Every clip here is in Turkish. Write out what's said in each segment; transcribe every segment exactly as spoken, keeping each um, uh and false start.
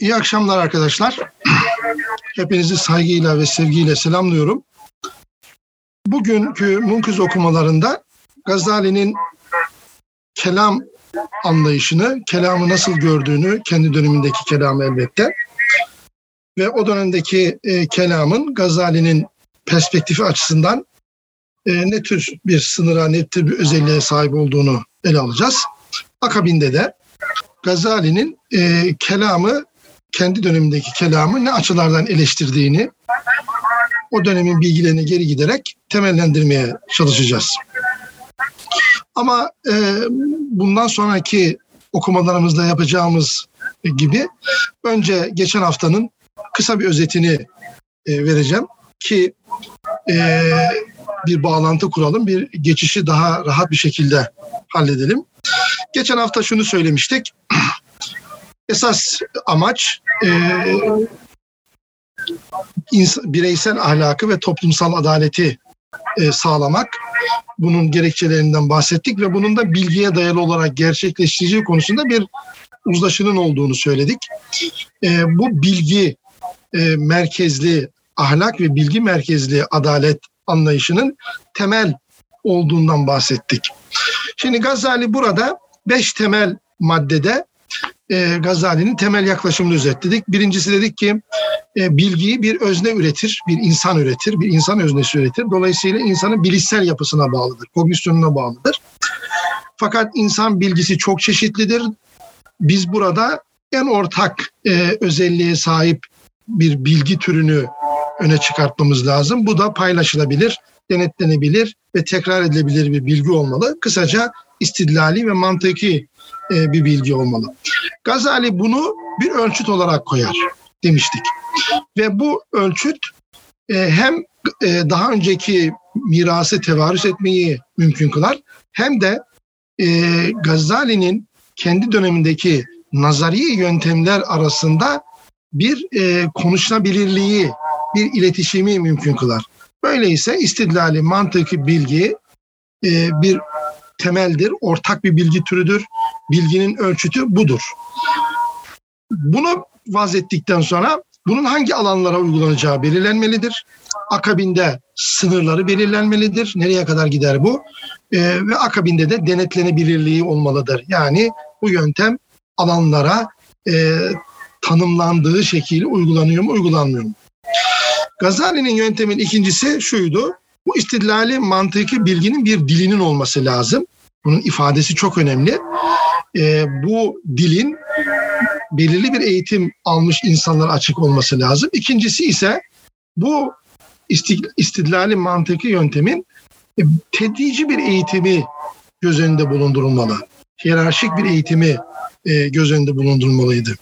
İyi akşamlar arkadaşlar. Hepinizi saygıyla ve sevgiyle selamlıyorum. Bugünkü Munkuz okumalarında Gazali'nin kelam anlayışını, kelamı nasıl gördüğünü, kendi dönemindeki kelamı elbette ve o dönemdeki e, kelamın Gazali'nin perspektifi açısından e, ne tür bir sınıra, ne tür bir özelliğe sahip olduğunu ele alacağız. Akabinde de Gazali'nin e, kelamı, kendi dönemindeki kelamı ne açılardan eleştirdiğini, o dönemin bilgilerine geri giderek temellendirmeye çalışacağız. Ama e, bundan sonraki okumalarımızda yapacağımız gibi önce geçen haftanın kısa bir özetini e, vereceğim ki e, bir bağlantı kuralım, bir geçişi daha rahat bir şekilde halledelim. Geçen hafta şunu söylemiştik. Esas amaç e, ins- bireysel ahlakı ve toplumsal adaleti e, sağlamak. Bunun gerekçelerinden bahsettik ve bunun da bilgiye dayalı olarak gerçekleştireceği konusunda bir uzlaşının olduğunu söyledik. E, bu bilgi e, merkezli ahlak ve bilgi merkezli adalet anlayışının temel olduğundan bahsettik. Şimdi Gazali burada beş temel maddede e, Gazali'nin temel yaklaşımını özetledik. Birincisi dedik ki e, bilgiyi bir özne üretir, bir insan üretir, bir insan öznesi üretir. Dolayısıyla insanın bilişsel yapısına bağlıdır, kognisyonuna bağlıdır. Fakat insan bilgisi çok çeşitlidir. Biz burada en ortak e, özelliğe sahip bir bilgi türünü öne çıkartmamız lazım. Bu da paylaşılabilir, denetlenebilir ve tekrar edilebilir bir bilgi olmalı. Kısaca istidlali ve mantıki e, bir bilgi olmalı. Gazali bunu bir ölçüt olarak koyar demiştik. Ve bu ölçüt e, hem e, daha önceki mirası tevarüs etmeyi mümkün kılar, hem de e, Gazali'nin kendi dönemindeki nazari yöntemler arasında bir e, konuşulabilirliği, bir iletişimi mümkün kılar. Böyleyse istidlali, mantıki bilgi e, bir temeldir, ortak bir bilgi türüdür. Bilginin ölçütü budur. Bunu vaz ettikten sonra bunun hangi alanlara uygulanacağı belirlenmelidir. Akabinde sınırları belirlenmelidir. Nereye kadar gider bu? Ee, ve akabinde de denetlenebilirliği olmalıdır. Yani bu yöntem alanlara e, tanımlandığı şekilde uygulanıyor mu, uygulanmıyor mu? Gazali'nin yöntemin ikincisi şuydu. Bu istidlali mantıki bilginin bir dilinin olması lazım. Bunun ifadesi çok önemli. Ee, bu dilin belirli bir eğitim almış insanlara açık olması lazım. İkincisi ise bu istidlali mantıki yöntemin e, tedrici bir eğitimi göz önünde bulundurulmalı. Hiyerarşik bir eğitimi e, göz önünde bulundurulmalıydı.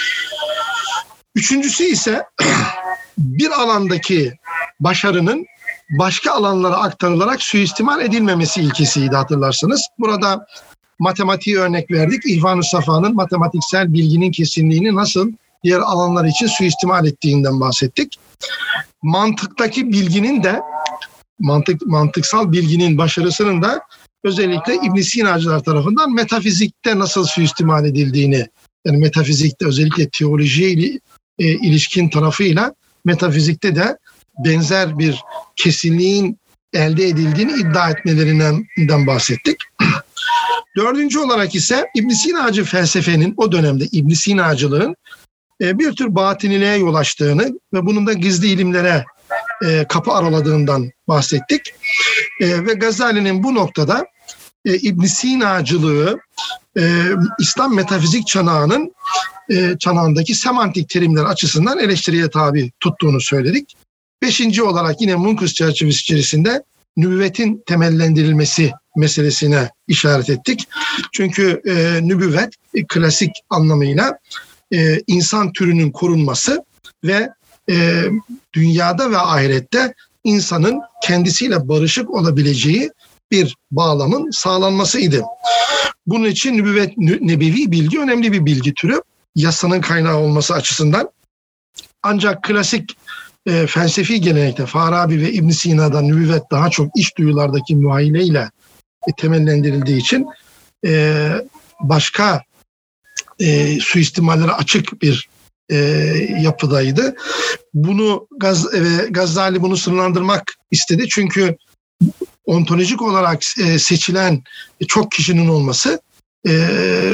Üçüncüsü ise bir alandaki başarının başka alanlara aktarılarak suistimal edilmemesi ilkesiydi, hatırlarsınız. Burada matematiği örnek verdik. İhvan-ı Safa'nın matematiksel bilginin kesinliğini nasıl diğer alanlar için suistimal ettiğinden bahsettik. Mantıktaki bilginin de mantık mantıksal bilginin başarısının da özellikle İbn Sinacılar tarafından metafizikte nasıl suistimal edildiğini, yani metafizikte özellikle teolojiye e, ilişkin tarafıyla metafizikte de benzer bir kesinliğin elde edildiğini iddia etmelerinden bahsettik. Dördüncü olarak ise İbn Sinacı felsefenin, o dönemde İbn Sinacılığın e, bir tür batıniliğe yol açtığını ve bunun da gizli ilimlere e, kapı araladığından bahsettik. E, ve Gazali'nin bu noktada e, İbn Sinacılığı e, İslam metafizik çanağının e, çanağındaki semantik terimler açısından eleştiriye tabi tuttuğunu söyledik. Beşinci olarak yine Munkuz çerçevesi içerisinde nübüvvetin temellendirilmesi meselesine işaret ettik. Çünkü e, nübüvvet e, klasik anlamıyla e, insan türünün korunması ve e, dünyada ve ahirette insanın kendisiyle barışık olabileceği bir bağlamın sağlanmasıydı. Bunun için nübüvvet, nebevi bilgi önemli bir bilgi türü. Yasanın kaynağı olması açısından. Ancak klasik e, felsefi gelenekte Farabi ve İbn Sina'dan nübüvvet daha çok iç duyulardaki muayineyle e, temellendirildiği için e, başka e, suistimallere açık bir e, yapıdaydı. Bunu Gaz, e, Gazali bunu sınırlandırmak istedi. Çünkü ontolojik olarak e, seçilen çok kişinin olması e,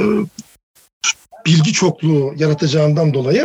bilgi çokluğu yaratacağından dolayı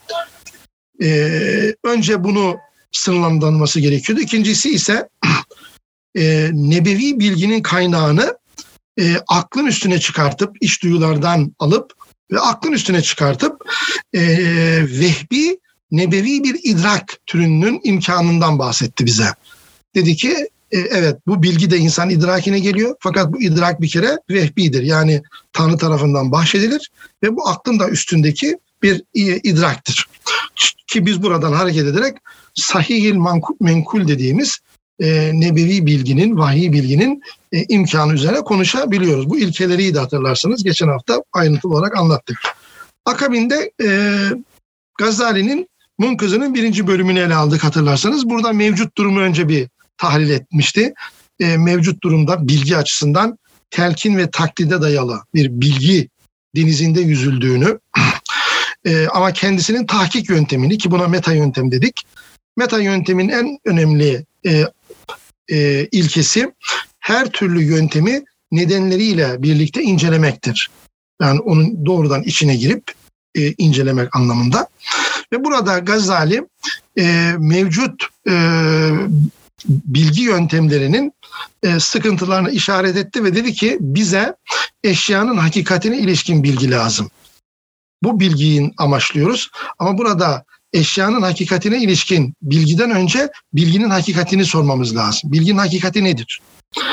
e, önce bunu sınırlandırılması gerekiyordu. İkincisi ise e, nebevi bilginin kaynağını e, aklın üstüne çıkartıp, iç duyulardan alıp ve aklın üstüne çıkartıp e, vehbi, nebevi bir idrak türünün imkanından bahsetti bize. Dedi ki e, evet, bu bilgi de insan idrakine geliyor, fakat bu idrak bir kere vehbidir. Yani Tanrı tarafından bahşedilir ve bu aklın da üstündeki bir e, idraktır. Ki biz buradan hareket ederek sahih-il menkul dediğimiz e, nebevi bilginin, vahiy bilginin e, imkanı üzerine konuşabiliyoruz. Bu ilkeleri de hatırlarsanız geçen hafta ayrıntılı olarak anlattık. Akabinde e, Gazali'nin Munkızı'nın birinci bölümünü ele aldık hatırlarsanız. Burada mevcut durumu önce bir tahlil etmişti. E, mevcut durumda bilgi açısından telkin ve taklide dayalı bir bilgi denizinde yüzüldüğünü e, ama kendisinin tahkik yöntemini, ki buna meta yöntem dedik. Meta yöntemin en önemli e, e, ilkesi her türlü yöntemi nedenleriyle birlikte incelemektir. Yani onun doğrudan içine girip e, incelemek anlamında. Ve burada Gazali e, mevcut e, bilgi yöntemlerinin e, sıkıntılarına işaret etti ve dedi ki bize eşyanın hakikatine ilişkin bilgi lazım. Bu bilgiyi amaçlıyoruz ama burada eşyanın hakikatine ilişkin bilgiden önce bilginin hakikatini sormamız lazım. Bilginin hakikati nedir?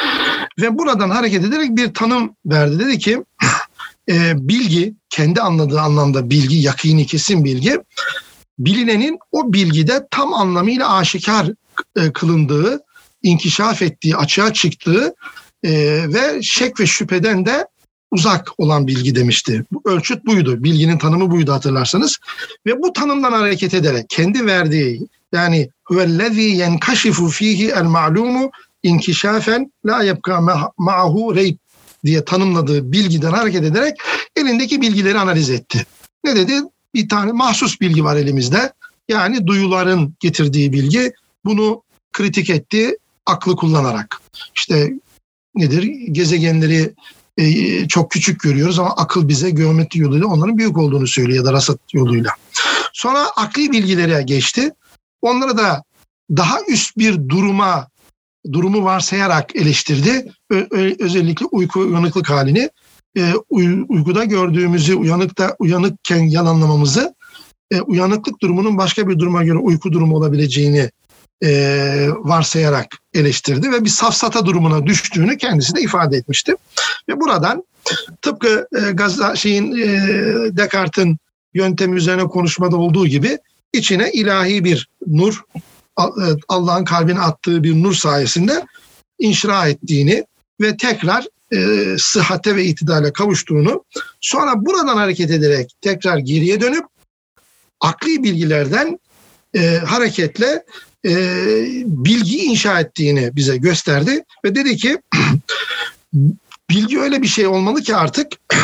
Ve buradan hareket ederek bir tanım verdi. Dedi ki e, bilgi, kendi anladığı anlamda bilgi, yakini, kesin bilgi, bilinenin o bilgide tam anlamıyla aşikar e, kılındığı, inkişaf ettiği, açığa çıktığı e, ve şek ve şüpheden de uzak olan bilgi demişti. Bu ölçüt buydu. Bilginin tanımı buydu hatırlarsanız. Ve bu tanımdan hareket ederek kendi verdiği, yani huvellezî yenkashifu fîhî el ma'lumu inkişafen la yebka ma'ahu reyb diye tanımladığı bilgiden hareket ederek elindeki bilgileri analiz etti. Ne dedi? Bir tane mahsus bilgi var elimizde. Yani duyuların getirdiği bilgi. Bunu kritik etti aklı kullanarak. İşte nedir? Gezegenleri e, çok küçük görüyoruz ama akıl bize geometri yoluyla onların büyük olduğunu söylüyor ya da rasat yoluyla. Sonra akli bilgilere geçti. Onları da daha üst bir duruma, durumu varsayarak eleştirdi. Ö- özellikle uyku uyanıklık halini, e, uy- uykuda gördüğümüzü, uyanıkta uyanıkken yalanlamamızı, e, uyanıklık durumunun başka bir duruma göre uyku durumu olabileceğini e, varsayarak eleştirdi ve bir safsata durumuna düştüğünü kendisi de ifade etmişti. Ve buradan tıpkı e, Gazza, şeyin e, Descartes'in yöntemi üzerine konuşmada olduğu gibi içine ilahi bir nur, Allah'ın kalbine attığı bir nur sayesinde inşira ettiğini ve tekrar e, sıhhate ve itidale kavuştuğunu, sonra buradan hareket ederek tekrar geriye dönüp akli bilgilerden e, hareketle e, bilgiyi inşa ettiğini bize gösterdi ve dedi ki bilgi öyle bir şey olmalı ki artık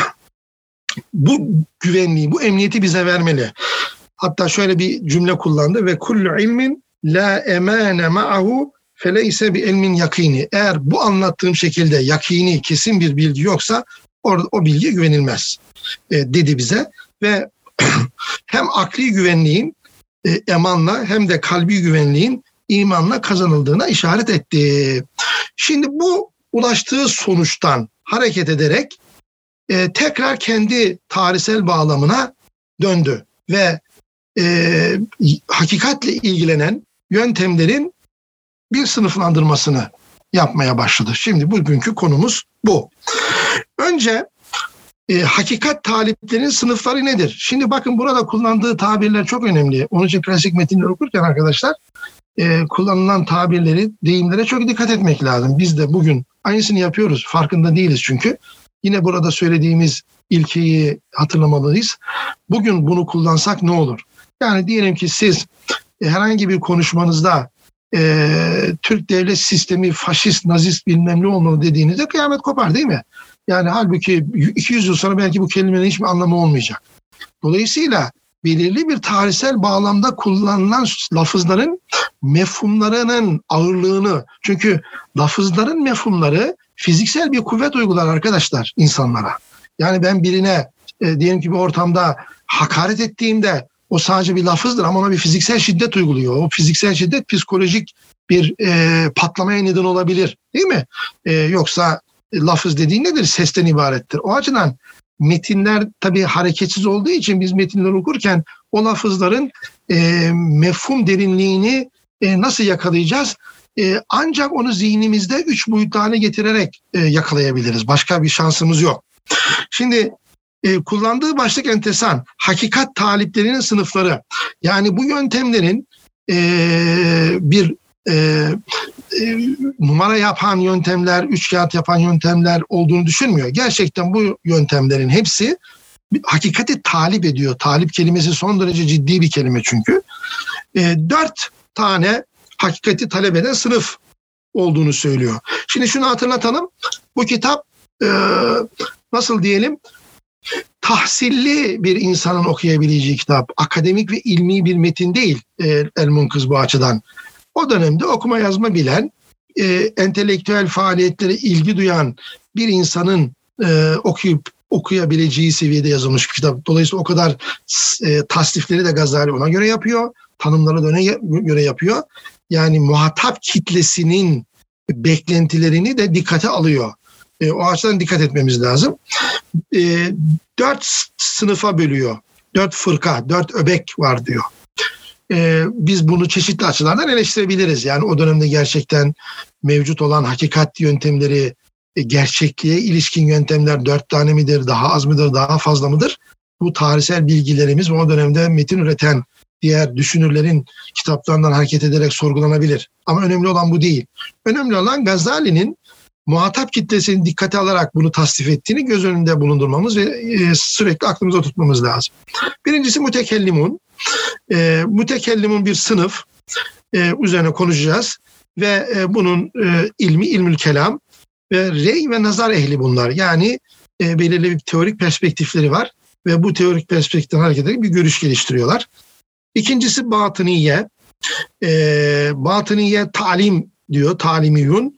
bu güvenliği, bu emniyeti bize vermeli. Hatta şöyle bir cümle kullandı: ve kullu ilmin la emane ma'ahu feleyse bi ilmin yakini. Eğer bu anlattığım şekilde yakini, kesin bir bilgi yoksa orada o bilgi güvenilmez e, dedi bize ve hem akli güvenliğin e, emanla hem de kalbi güvenliğin imanla kazanıldığına işaret etti. Şimdi bu ulaştığı sonuçtan hareket ederek e, tekrar kendi tarihsel bağlamına döndü ve e, hakikatle ilgilenen yöntemlerin bir sınıflandırmasını yapmaya başladı. Şimdi bugünkü konumuz bu. Önce e, hakikat taliplerinin sınıfları nedir? Şimdi bakın burada kullandığı tabirler çok önemli. Onun için klasik metinleri okurken arkadaşlar e, kullanılan tabirleri, deyimlere çok dikkat etmek lazım. Biz de bugün aynısını yapıyoruz. Farkında değiliz çünkü. Yine burada söylediğimiz ilkeyi hatırlamalıyız. Bugün bunu kullansak ne olur? Yani diyelim ki siz e, herhangi bir konuşmanızda e, Türk devlet sistemi faşist, nazist bilmem ne olmalı dediğinizde kıyamet kopar değil mi? Yani halbuki iki yüz yıl sonra belki bu kelimenin hiçbir anlamı olmayacak. Dolayısıyla belirli bir tarihsel bağlamda kullanılan lafızların mefhumlarının ağırlığını, çünkü lafızların mefhumları fiziksel bir kuvvet uygular arkadaşlar insanlara. Yani ben birine e, diyelim ki bir ortamda hakaret ettiğimde o sadece bir lafızdır ama ona bir fiziksel şiddet uyguluyor. O fiziksel şiddet psikolojik bir e, patlamaya neden olabilir, değil mi? E, yoksa e, lafız dediğin nedir? Sesten ibarettir. O açıdan metinler tabii hareketsiz olduğu için biz metinleri okurken o lafızların e, mefhum derinliğini e, nasıl yakalayacağız? E, ancak onu zihnimizde üç boyutlu hale getirerek e, yakalayabiliriz. Başka bir şansımız yok. Şimdi e, kullandığı başlık enteresan. Hakikat taliplerinin sınıfları. Yani bu yöntemlerin e, bir e, e, numara yapan yöntemler, üç kağıt yapan yöntemler olduğunu düşünmüyor. Gerçekten bu yöntemlerin hepsi hakikati talip ediyor. Talip kelimesi son derece ciddi bir kelime çünkü. E, dört tane hakikati talep eden sınıf olduğunu söylüyor. Şimdi şunu hatırlatalım. Bu kitap e, nasıl diyelim tahsilli bir insanın okuyabileceği kitap. Akademik ve ilmi bir metin değil e, El-Munkız bu açıdan. O dönemde okuma yazma bilen, e, entelektüel faaliyetlere ilgi duyan bir insanın e, okuyup okuyabileceği seviyede yazılmış bir kitap. Dolayısıyla o kadar e, tasnifleri de Gazali ona göre yapıyor. Tanımları da ona göre yapıyor. Yani muhatap kitlesinin beklentilerini de dikkate alıyor. E, o açıdan dikkat etmemiz lazım. E, dört sınıfa bölüyor. Dört fırka, dört öbek var diyor. E, biz bunu çeşitli açılardan eleştirebiliriz. Yani o dönemde gerçekten mevcut olan hakikat yöntemleri, e, gerçekliğe ilişkin yöntemler dört tane midir, daha az mıdır, daha fazla mıdır? Bu tarihsel bilgilerimiz o dönemde metin üreten diğer düşünürlerin kitaplarından hareket ederek sorgulanabilir. Ama önemli olan bu değil. Önemli olan Gazali'nin muhatap kitlesini dikkate alarak bunu tasnif ettiğini göz önünde bulundurmamız ve e, sürekli aklımıza tutmamız lazım. Birincisi mütekellimun. E, mütekellimun bir sınıf e, üzerine konuşacağız ve e, bunun e, ilmi ilmül kelam ve rey ve nazar ehli bunlar. Yani e, belirli bir teorik perspektifleri var ve bu teorik perspektiften hareket ederek bir görüş geliştiriyorlar. İkincisi batıniye. E, batıniye talim diyor, talimiyun.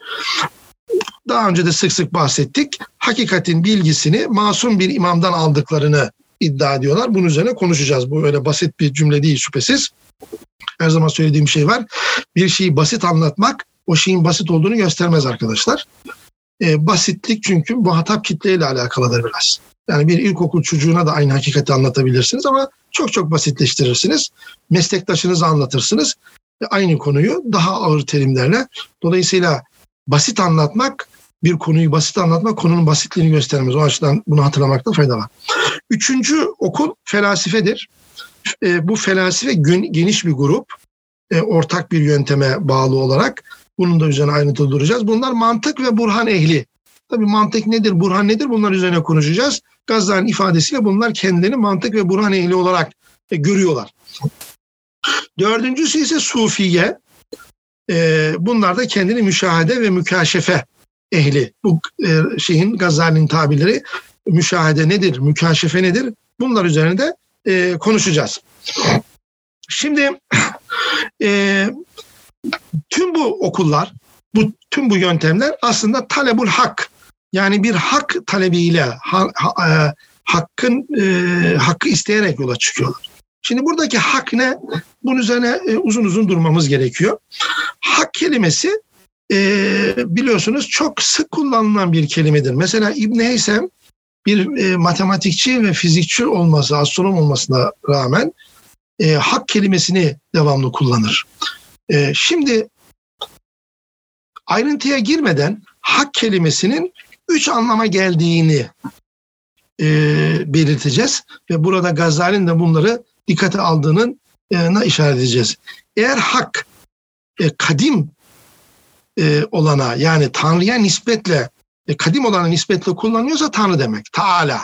Daha önce de sık sık bahsettik. Hakikatin bilgisini masum bir imamdan aldıklarını iddia ediyorlar. Bunun üzerine konuşacağız. Bu öyle basit bir cümle değil şüphesiz. Her zaman söylediğim şey var. Bir şeyi basit anlatmak o şeyin basit olduğunu göstermez arkadaşlar. E, basitlik çünkü muhatap kitleyle alakalıdır biraz. Yani bir ilkokul çocuğuna da aynı hakikati anlatabilirsiniz ama çok çok basitleştirirsiniz. Meslektaşınıza anlatırsınız. E, aynı konuyu daha ağır terimlerle. Dolayısıyla basit anlatmak, bir konuyu basit anlatmak konunun basitliğini göstermez. O açıdan bunu hatırlamakta fayda var. Üçüncü okul felsefedir. E, bu felsefe geniş bir grup. E, ortak bir yönteme bağlı olarak. Bunun da üzerine ayrıntılı duracağız. Bunlar mantık ve burhan ehli. Tabii mantık nedir, burhan nedir bunlar üzerine konuşacağız. Gazali'nin ifadesiyle bunlar kendilerini mantık ve burhan ehli olarak e, görüyorlar. Dördüncüsü ise sufiye. E, bunlar da kendini müşahede ve mükaşefe ehli. Bu e, şeyin Gazali'nin tabirleri müşahede nedir, mükaşefe nedir? Bunlar üzerine de e, konuşacağız. Şimdi e, tüm bu okullar, bu tüm bu yöntemler aslında talebul hak. Yani bir hak talebiyle ha, ha, e, hakkın e, hakkı isteyerek yola çıkıyorlar. Şimdi buradaki hak ne? Bunun üzerine e, uzun uzun durmamız gerekiyor. Hak kelimesi e, biliyorsunuz çok sık kullanılan bir kelimedir. Mesela İbn Heysem bir e, matematikçi ve fizikçi olması, astronom olmasına rağmen e, hak kelimesini devamlı kullanır. E, şimdi ayrıntıya girmeden hak kelimesinin üç anlama geldiğini e, belirteceğiz ve burada Gazali'nin de bunları dikkate aldığının e, işaret edeceğiz. Eğer hak e, kadim e, olana yani Tanrı'ya nispetle e, kadim olana nispetle kullanıyorsa Tanrı demek. Teala.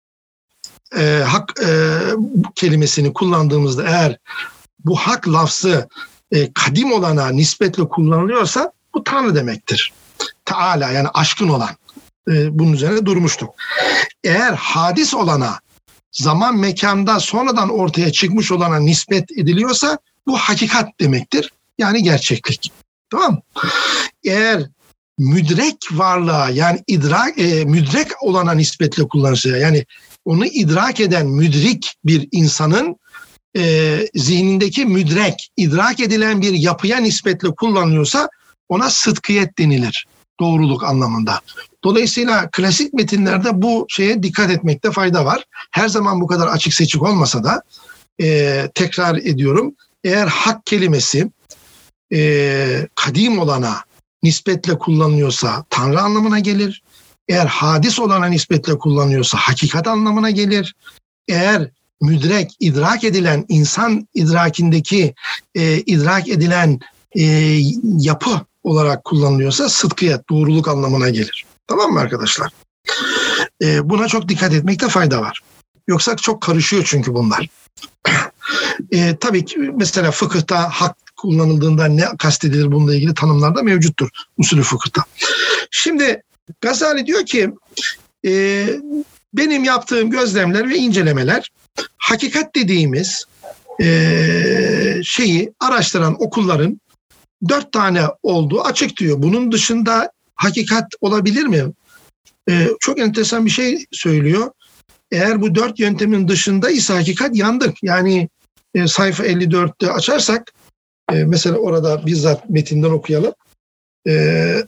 E, hak e, kelimesini kullandığımızda eğer bu hak lafzı e, kadim olana nispetle kullanılıyorsa bu Tanrı demektir. Teala yani aşkın olan. E, bunun üzerine durmuştuk. Eğer hadis olana zaman mekanda sonradan ortaya çıkmış olana nispet ediliyorsa bu hakikat demektir. Yani gerçeklik. Tamam. Eğer müdrek varlığa yani idrak e, müdrek olana nispetle kullanılırsa, yani onu idrak eden müdrik bir insanın e, zihnindeki müdrek, idrak edilen bir yapıya nispetle kullanılıyorsa ona sıdkiyet denilir. Doğruluk anlamında. Dolayısıyla klasik metinlerde bu şeye dikkat etmekte fayda var. Her zaman bu kadar açık seçik olmasa da e, tekrar ediyorum. Eğer hak kelimesi e, kadim olana nispetle kullanılıyorsa Tanrı anlamına gelir. Eğer hadis olana nispetle kullanılıyorsa hakikat anlamına gelir. Eğer müdrek, idrak edilen, insan idrakindeki e, idrak edilen e, yapı olarak kullanılıyorsa sıdkiyet, doğruluk anlamına gelir. Tamam mı arkadaşlar? E, buna çok dikkat etmekte fayda var. Yoksa çok karışıyor çünkü bunlar. e, tabii ki mesela fıkıhta hak kullanıldığında ne kastedilir bununla ilgili tanımlar da mevcuttur usulü fıkıhta. Şimdi Gazali diyor ki e, benim yaptığım gözlemler ve incelemeler hakikat dediğimiz e, şeyi araştıran okulların dört tane olduğu açık diyor. Bunun dışında hakikat olabilir mi? Ee, çok enteresan bir şey söylüyor. Eğer bu dört yöntemin dışında ise hakikat yandık. Yani e, sayfa elli dörtte açarsak e, mesela orada bizzat metinden okuyalım. E,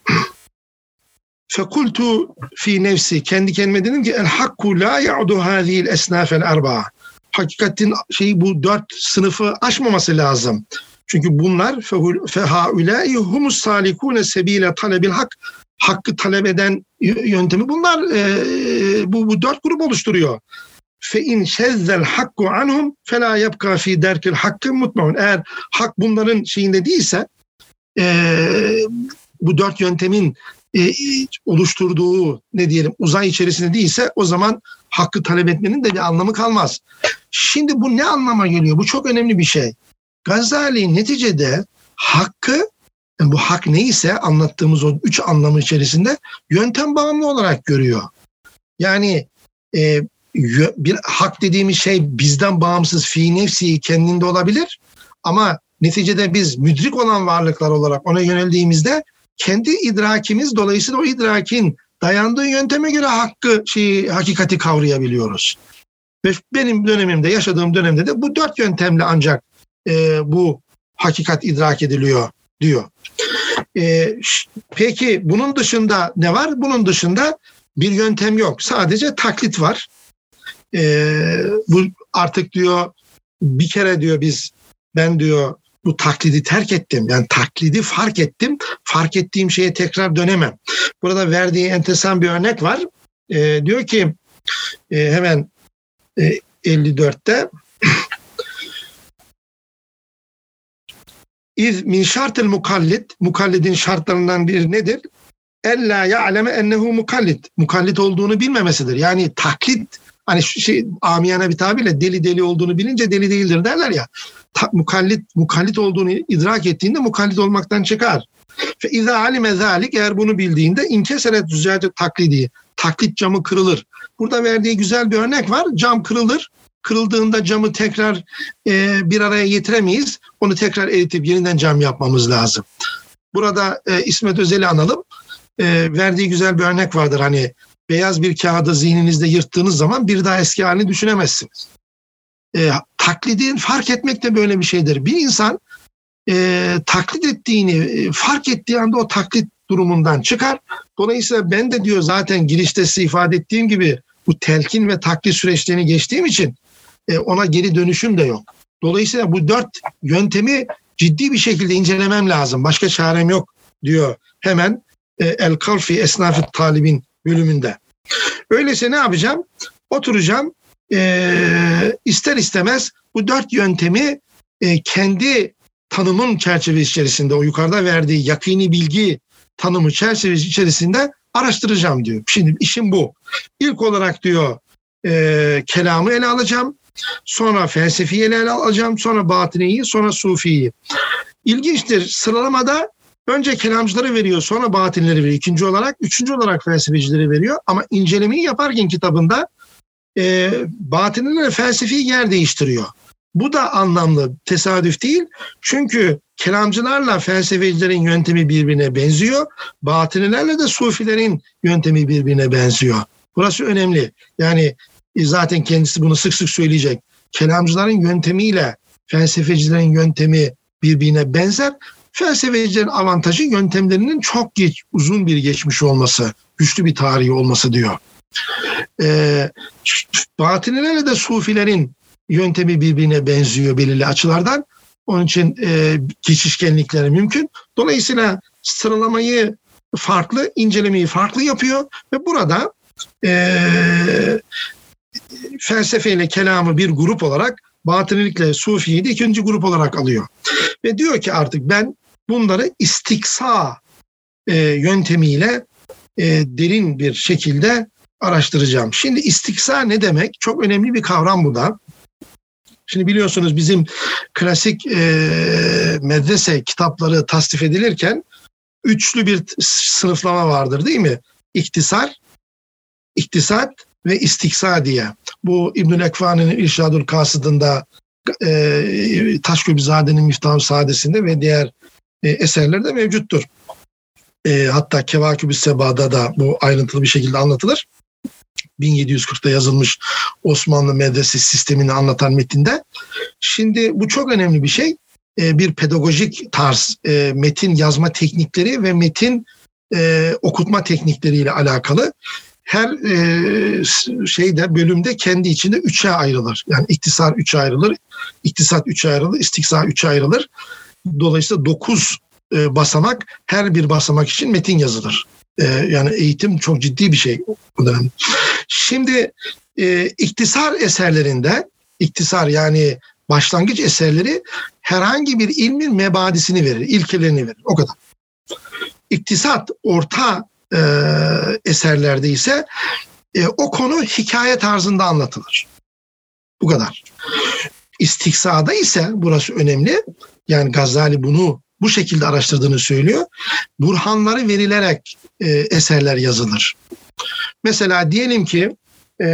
Fekultu fi nefsi, kendi kendime dedim ki el hakku la ya'du hâzihil esnâfel erba'a. Hakikatin şeyi bu dört sınıfı aşmaması lazım. Çünkü bunlar fehaulâi humus salikûne sebîle talebil hak, hakkı talep eden yöntemi bunlar e, bu, bu dört grup oluşturuyor. Fe in şezzel hakku anhum felâ yebkâ fî derkil hakkı mutmaun. Eğer hak bunların şeyinde değilse e, bu dört yöntemin e, oluşturduğu ne diyelim uzay içerisinde değilse o zaman hakkı talep etmenin de bir anlamı kalmaz. Şimdi bu ne anlama geliyor? Bu çok önemli bir şey. Gazali neticede hakkı, yani bu hak neyse anlattığımız o üç anlamı içerisinde yöntem bağımlı olarak görüyor. Yani e, bir hak dediğimiz şey bizden bağımsız fi nefsi kendinde olabilir ama neticede biz müdrik olan varlıklar olarak ona yöneldiğimizde kendi idrakimiz dolayısıyla o idrakin dayandığı yönteme göre hakkı, şeyi, hakikati kavrayabiliyoruz. Ve benim dönemimde, yaşadığım dönemde de bu dört yöntemle ancak e, bu hakikat idrak ediliyor diyor. E, peki bunun dışında ne var? Bunun dışında bir yöntem yok. Sadece taklit var. E, bu artık diyor bir kere diyor biz ben diyor bu taklidi terk ettim. Yani taklidi fark ettim. Fark ettiğim şeye tekrar dönemem. Burada verdiği enteresan bir örnek var. E, diyor ki e, hemen e, elli dörtte İz min şartıl mukallid, mukallidin şartlarından biri nedir? Ella ya'leme ennehu mukallid. Mukallid olduğunu bilmemesidir. Yani taklit, hani şey amiyane bir tabirle deli deli olduğunu bilince deli değildir derler ya. Ta, mukallid, mukallid olduğunu idrak ettiğinde mukallid olmaktan çıkar. Fe izâ alime zâlik, eğer bunu bildiğinde inkeseret züccâce taklidi. Taklit camı kırılır. Burada verdiği güzel bir örnek var. Cam kırılır. Kırıldığında camı tekrar e, bir araya getiremeyiz. Onu tekrar eritip yeniden cam yapmamız lazım. Burada e, İsmet Özel'i analım. E, verdiği güzel bir örnek vardır. Hani beyaz bir kağıdı zihninizde yırttığınız zaman bir daha eski halini düşünemezsiniz. E, taklidin fark etmek de böyle bir şeydir. Bir insan e, taklit ettiğini e, fark ettiği anda o taklit durumundan çıkar. Dolayısıyla ben de diyor zaten girişte size ifade ettiğim gibi bu telkin ve taklit süreçlerini geçtiğim için ona geri dönüşüm de yok. Dolayısıyla bu dört yöntemi ciddi bir şekilde incelemem lazım. Başka çarem yok diyor hemen El Kalfi Esnaf-ı Talib'in bölümünde. Öyleyse ne yapacağım? Oturacağım e, ister istemez bu dört yöntemi e, kendi tanımın çerçevesi içerisinde o yukarıda verdiği yakini bilgi tanımı çerçevesi içerisinde araştıracağım diyor. Şimdi işim bu. İlk olarak diyor e, kelamı ele alacağım. Sonra felsefiyi ele alacağım. Sonra batıniyi, sonra sufiyi. İlginçtir. Sıralamada önce kelamcıları veriyor, sonra batinleri veriyor. İkinci olarak, üçüncü olarak felsefecileri veriyor. Ama incelemeyi yaparken kitabında e, batiniler felsefi yer değiştiriyor. Bu da anlamlı, tesadüf değil. Çünkü kelamcılarla felsefecilerin yöntemi birbirine benziyor. Batinilerle de sufilerin yöntemi birbirine benziyor. Burası önemli. Yani zaten kendisi bunu sık sık söyleyecek. Kelamcıların yöntemiyle felsefecilerin yöntemi birbirine benzer. Felsefecilerin avantajı yöntemlerinin çok geç, uzun bir geçmiş olması, güçlü bir tarihi olması diyor. Ee, batinilerle de sufilerin yöntemi birbirine benziyor belirli açılardan. Onun için e, geçişkenlikleri mümkün. Dolayısıyla sıralamayı farklı, incelemeyi farklı yapıyor ve burada e, felsefeyle kelamı bir grup olarak, batinilikle sufiyi de ikinci grup olarak alıyor. Ve diyor ki artık ben bunları istiksa e, yöntemiyle e, derin bir şekilde araştıracağım. Şimdi istiksa ne demek? Çok önemli bir kavram bu da. Şimdi biliyorsunuz bizim klasik e, medrese kitapları tasnif edilirken üçlü bir sınıflama vardır değil mi? İktisar, iktisat ve istiksa diye. Bu İbnül Ekvani'nin İrşadül Kasıd'ında, e, Taşköbizade'nin Miftah-ı Saadesi'nde ve diğer e, eserlerde mevcuttur. E, hatta Kevâkib-i Sebâ'da da bu ayrıntılı bir şekilde anlatılır. bin yedi yüz kırkta yazılmış Osmanlı medrese sistemini anlatan metinde. Şimdi bu çok önemli bir şey. E, bir pedagojik tarz, e, metin yazma teknikleri ve metin e, okutma teknikleriyle alakalı. Her e, şeyde, bölümde kendi içinde üçe ayrılır. Yani iktisar üçe ayrılır, iktisat üçe ayrılır, istiksa üçe ayrılır. Dolayısıyla dokuz e, basamak, her bir basamak için metin yazılır. E, yani eğitim çok ciddi bir şey bu dönem. Şimdi e, iktisar eserlerinde, iktisar yani başlangıç eserleri herhangi bir ilmin mebadisini verir, ilkelerini verir. O kadar. İktisat orta e, eserlerde ise e, o konu hikaye tarzında anlatılır. Bu kadar. İstiksada ise burası önemli. Yani Gazali bunu bu şekilde araştırdığını söylüyor. Burhanları verilerek e, eserler yazılır. Mesela diyelim ki e,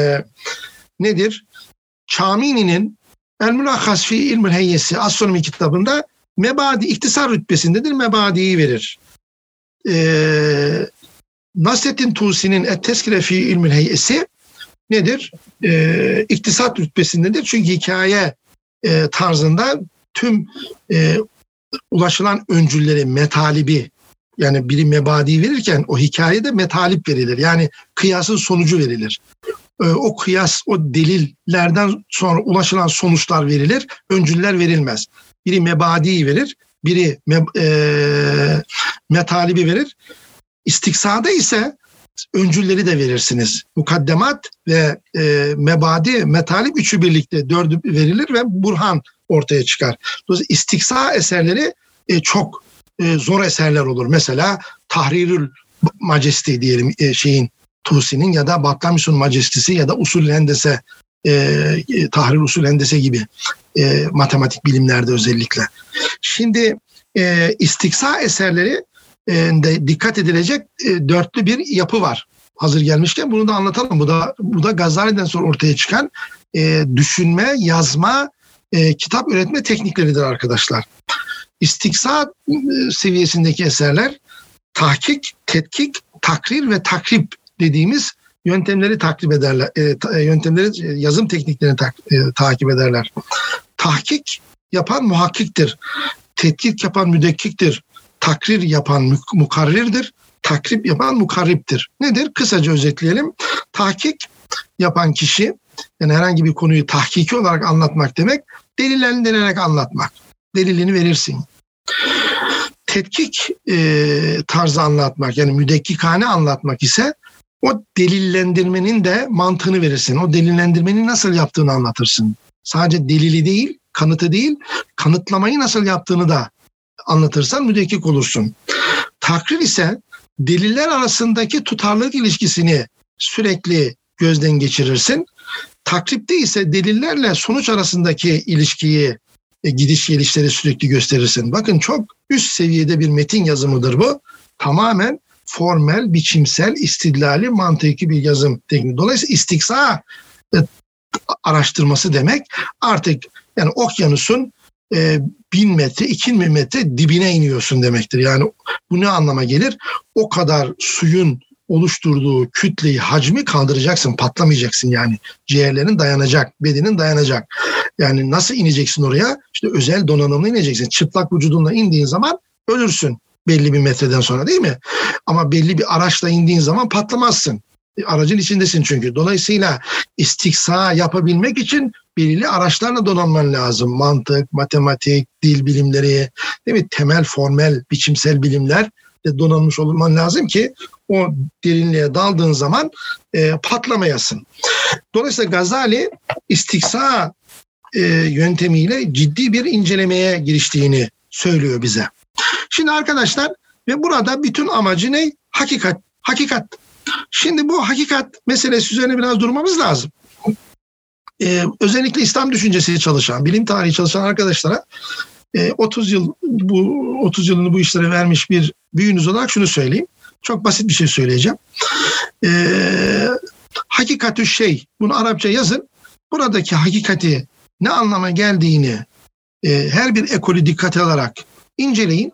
nedir? Çamini'nin El-Mülahhas fi İlmül Heyyesi astronomi kitabında mebadi, iktisar rütbesindedir, mebadiyi verir. Ee, Nasrettin Tusi'nin Et-Teskire fi İlmül Heyyesi nedir? Ee, iktisat rütbesindedir. Çünkü hikaye e, tarzında tüm e, ulaşılan öncülleri, metalibi, yani biri mebadi verirken o hikayede metalip verilir. Yani kıyasın sonucu verilir. O kıyas, o delillerden sonra ulaşılan sonuçlar verilir, öncüller verilmez. Biri mebadiyi verir, biri me, e, metalibi verir. İstiksada ise öncülleri de verirsiniz. Mukaddemat ve e, mebadi, metalip üçü birlikte dördü verilir ve burhan ortaya çıkar. Dolayısıyla istiksa eserleri e, çok e, zor eserler olur. Mesela Tahrirül Majesti diyelim e, şeyin, Tusi'nin ya da Batlamis'un Majestisi ya da Usul Hendese, e, Tahrir Usul Hendese gibi e, matematik bilimlerde özellikle. Şimdi e, istiksa eserleri e, de dikkat edilecek e, dörtlü bir yapı var. Hazır gelmişken bunu da anlatalım. Bu da, bu da Gazali'den sonra ortaya çıkan e, düşünme, yazma, e, kitap üretme teknikleridir arkadaşlar. İstiksa e, seviyesindeki eserler tahkik, tetkik, takrir ve takrib dediğimiz yöntemleri takip ederler. E, yöntemleri, yazım tekniklerini ta, e, takip ederler. Tahkik yapan muhakkiktir. Tetkik yapan müdekkiktir. Takrir yapan mukarrirdir. Takrib yapan mukarriptir. Nedir? Kısaca özetleyelim. Tahkik yapan kişi, yani herhangi bir konuyu tahkiki olarak anlatmak demek, delillendirerek anlatmak. Delilini verirsin. Tetkik e, tarzı anlatmak, yani müdekkikane anlatmak ise o delillendirmenin de mantığını verirsin. O delillendirmenin nasıl yaptığını anlatırsın. Sadece delili değil, kanıtı değil, kanıtlamayı nasıl yaptığını da anlatırsan müdekkik olursun. Takrir ise deliller arasındaki tutarlılık ilişkisini sürekli gözden geçirirsin. Takripte ise delillerle sonuç arasındaki ilişkiyi, e, gidiş gelişleri sürekli gösterirsin. Bakın çok üst seviyede bir metin yazımıdır bu. Tamamen formel, biçimsel, istidlali, mantıki bir yazım tekniği. Dolayısıyla istiksa e, araştırması demek. Artık yani okyanusun e, bin metre, iki bin metre dibine iniyorsun demektir. Yani bu ne anlama gelir? O kadar suyun oluşturduğu kütleyi, hacmi kaldıracaksın, patlamayacaksın yani. Ciğerlerin dayanacak, bedenin dayanacak. Yani nasıl ineceksin oraya? İşte özel donanımla ineceksin. Çıplak vücudunla indiğin zaman ölürsün belli bir metreden sonra, değil mi? Ama belli bir araçla indiğin zaman patlamazsın. Aracın içindesin çünkü. Dolayısıyla istiksa yapabilmek için belirli araçlarla donanman lazım. Mantık, matematik, dil bilimleri, değil mi? Temel, formel, biçimsel bilimler de donanmış olman lazım ki o derinliğe daldığın zaman e, patlamayasın. Dolayısıyla Gazali istiksa e, yöntemiyle ciddi bir incelemeye giriştiğini söylüyor bize. Şimdi arkadaşlar, ve burada bütün amacı ne? Hakikat. Hakikat. Şimdi bu hakikat meselesi üzerine biraz durmamız lazım. Ee, özellikle İslam düşüncesi çalışan, bilim tarihi çalışan arkadaşlara e, otuz yıl bu otuz yılını bu işlere vermiş bir büyüğünüz olarak şunu söyleyeyim. Çok basit bir şey söyleyeceğim. Ee, hakikatü şey, bunu Arapça yazın. Buradaki hakikati ne anlama geldiğini e, her bir ekolü dikkate alarak inceleyin.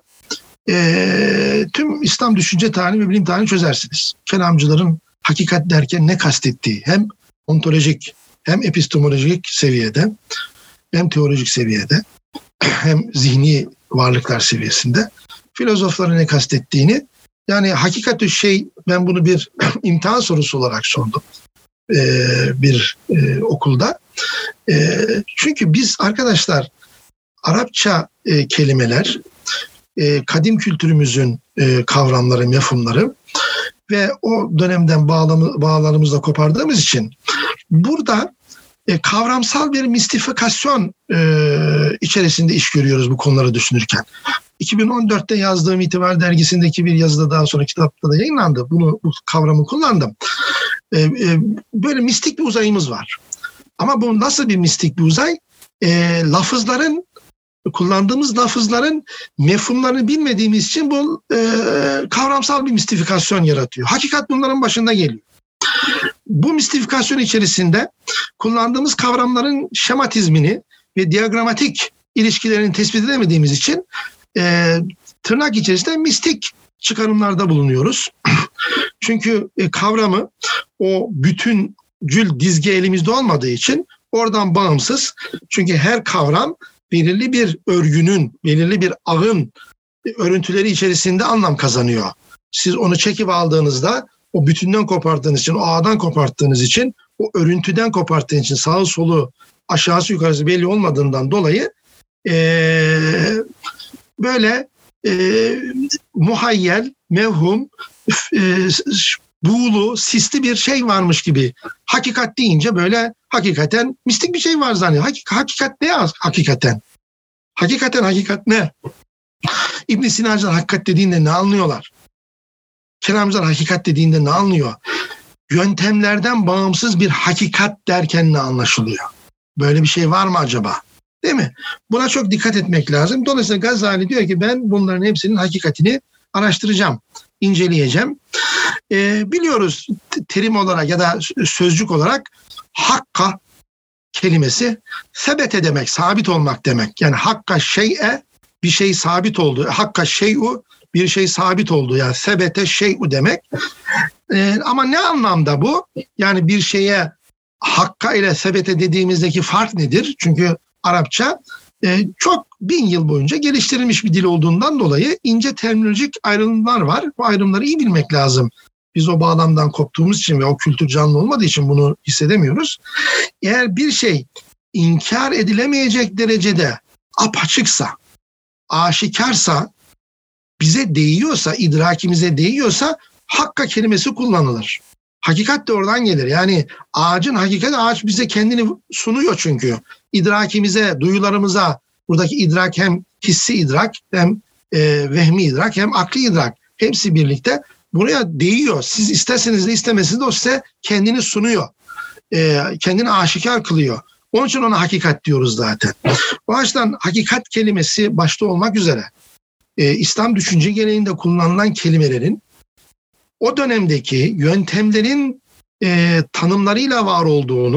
E, tüm İslam düşünce tarihi ve bilim tarihini çözersiniz. Kelamcıların hakikat derken ne kastettiği hem ontolojik hem epistemolojik seviyede hem teolojik seviyede hem zihni varlıklar seviyesinde filozofların ne kastettiğini, yani hakikatü şey, ben bunu bir imtihan sorusu olarak sordum e, bir e, okulda. E, çünkü biz arkadaşlar Arapça e, kelimeler, e, kadim kültürümüzün e, kavramları, mefhumları ve o dönemden bağlamı, bağlarımızla kopardığımız için burada e, kavramsal bir mistifikasyon e, içerisinde iş görüyoruz bu konuları düşünürken. iki bin on dörtte yazdığım İtibar dergisindeki bir yazıda, daha sonra kitapta da yayınlandı. Bunu, bu kavramı kullandım. E, e, böyle mistik bir uzayımız var. Ama bu nasıl bir mistik bir uzay? E, lafızların, kullandığımız lafızların mefhumlarını bilmediğimiz için bu e, kavramsal bir mistifikasyon yaratıyor. Hakikat bunların başında geliyor. Bu mistifikasyon içerisinde kullandığımız kavramların şematizmini ve diagramatik ilişkilerini tespit edemediğimiz için e, tırnak içerisinde mistik çıkarımlarda bulunuyoruz. Çünkü e, kavramı o bütüncül dizge elimizde olmadığı için oradan bağımsız. Çünkü her kavram belirli bir örgünün, belirli bir ağın örüntüleri içerisinde anlam kazanıyor. Siz onu çekip aldığınızda o bütünden kopardığınız için, o ağdan koparttığınız için, o örüntüden koparttığınız için sağı solu, aşağısı yukarısı belli olmadığından dolayı ee, böyle e, muhayyel, mevhum, e, buğulu, sisli bir şey varmış gibi. Hakikat deyince böyle hakikaten mistik bir şey var zannediyor. Hakik- hakikat ne hakikaten? Hakikaten hakikat ne? İbn Sina'cılar hakikat dediğinde ne anlıyorlar? Kelamcılar hakikat dediğinde ne anlıyor? Yöntemlerden bağımsız bir hakikat derken ne anlaşılıyor? Böyle bir şey var mı acaba? Değil mi? Buna çok dikkat etmek lazım. Dolayısıyla Gazali diyor ki ben bunların hepsinin hakikatini araştıracağım, inceleyeceğim. Ee, biliyoruz terim olarak ya da sözcük olarak hakka kelimesi sebete demek, sabit olmak demek. Yani hakka şey'e, bir şey sabit oldu. Hakka şey'u, bir şey sabit oldu. Yani sebete şey'u demek. Ee, ama ne anlamda bu? Yani bir şeye hakka ile sebete dediğimizdeki fark nedir? Çünkü Arapça e, çok bin yıl boyunca geliştirilmiş bir dil olduğundan dolayı ince terminolojik ayrımlar var. Bu ayrımları iyi bilmek lazım. Biz o bağlamdan koptuğumuz için ve o kültür canlı olmadığı için bunu hissedemiyoruz. Eğer bir şey inkar edilemeyecek derecede apaçıksa, aşikarsa, bize değiyorsa, idrakimize değiyorsa hakka kelimesi kullanılır. Hakikat de oradan gelir. Yani ağacın hakikati, ağaç bize kendini sunuyor çünkü. İdrakimize, duyularımıza, buradaki idrak hem hissi idrak, hem e, vehmi idrak, hem akli idrak. Hepsi birlikte buraya değiyor. Siz isterseniz de istemeseniz de o size kendini sunuyor. E, kendini aşikar kılıyor. Onun için ona hakikat diyoruz zaten. O açıdan hakikat kelimesi başta olmak üzere e, İslam düşünce geleneğinde kullanılan kelimelerin o dönemdeki yöntemlerin e, tanımlarıyla var olduğunu,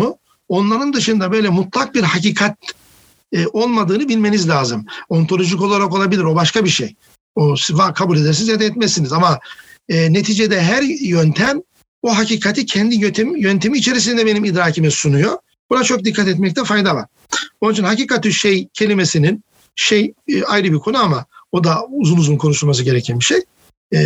onların dışında böyle mutlak bir hakikat e, olmadığını bilmeniz lazım. Ontolojik olarak olabilir, o başka bir şey. O kabul edersiniz ya da etmezsiniz ama e, neticede her yöntem o hakikati kendi yöntemi, yöntemi içerisinde benim idrakime sunuyor. Buna çok dikkat etmekte fayda var. Onun için hakikatü şey kelimesinin şey e, ayrı bir konu ama o da uzun uzun konuşulması gereken bir şey. E,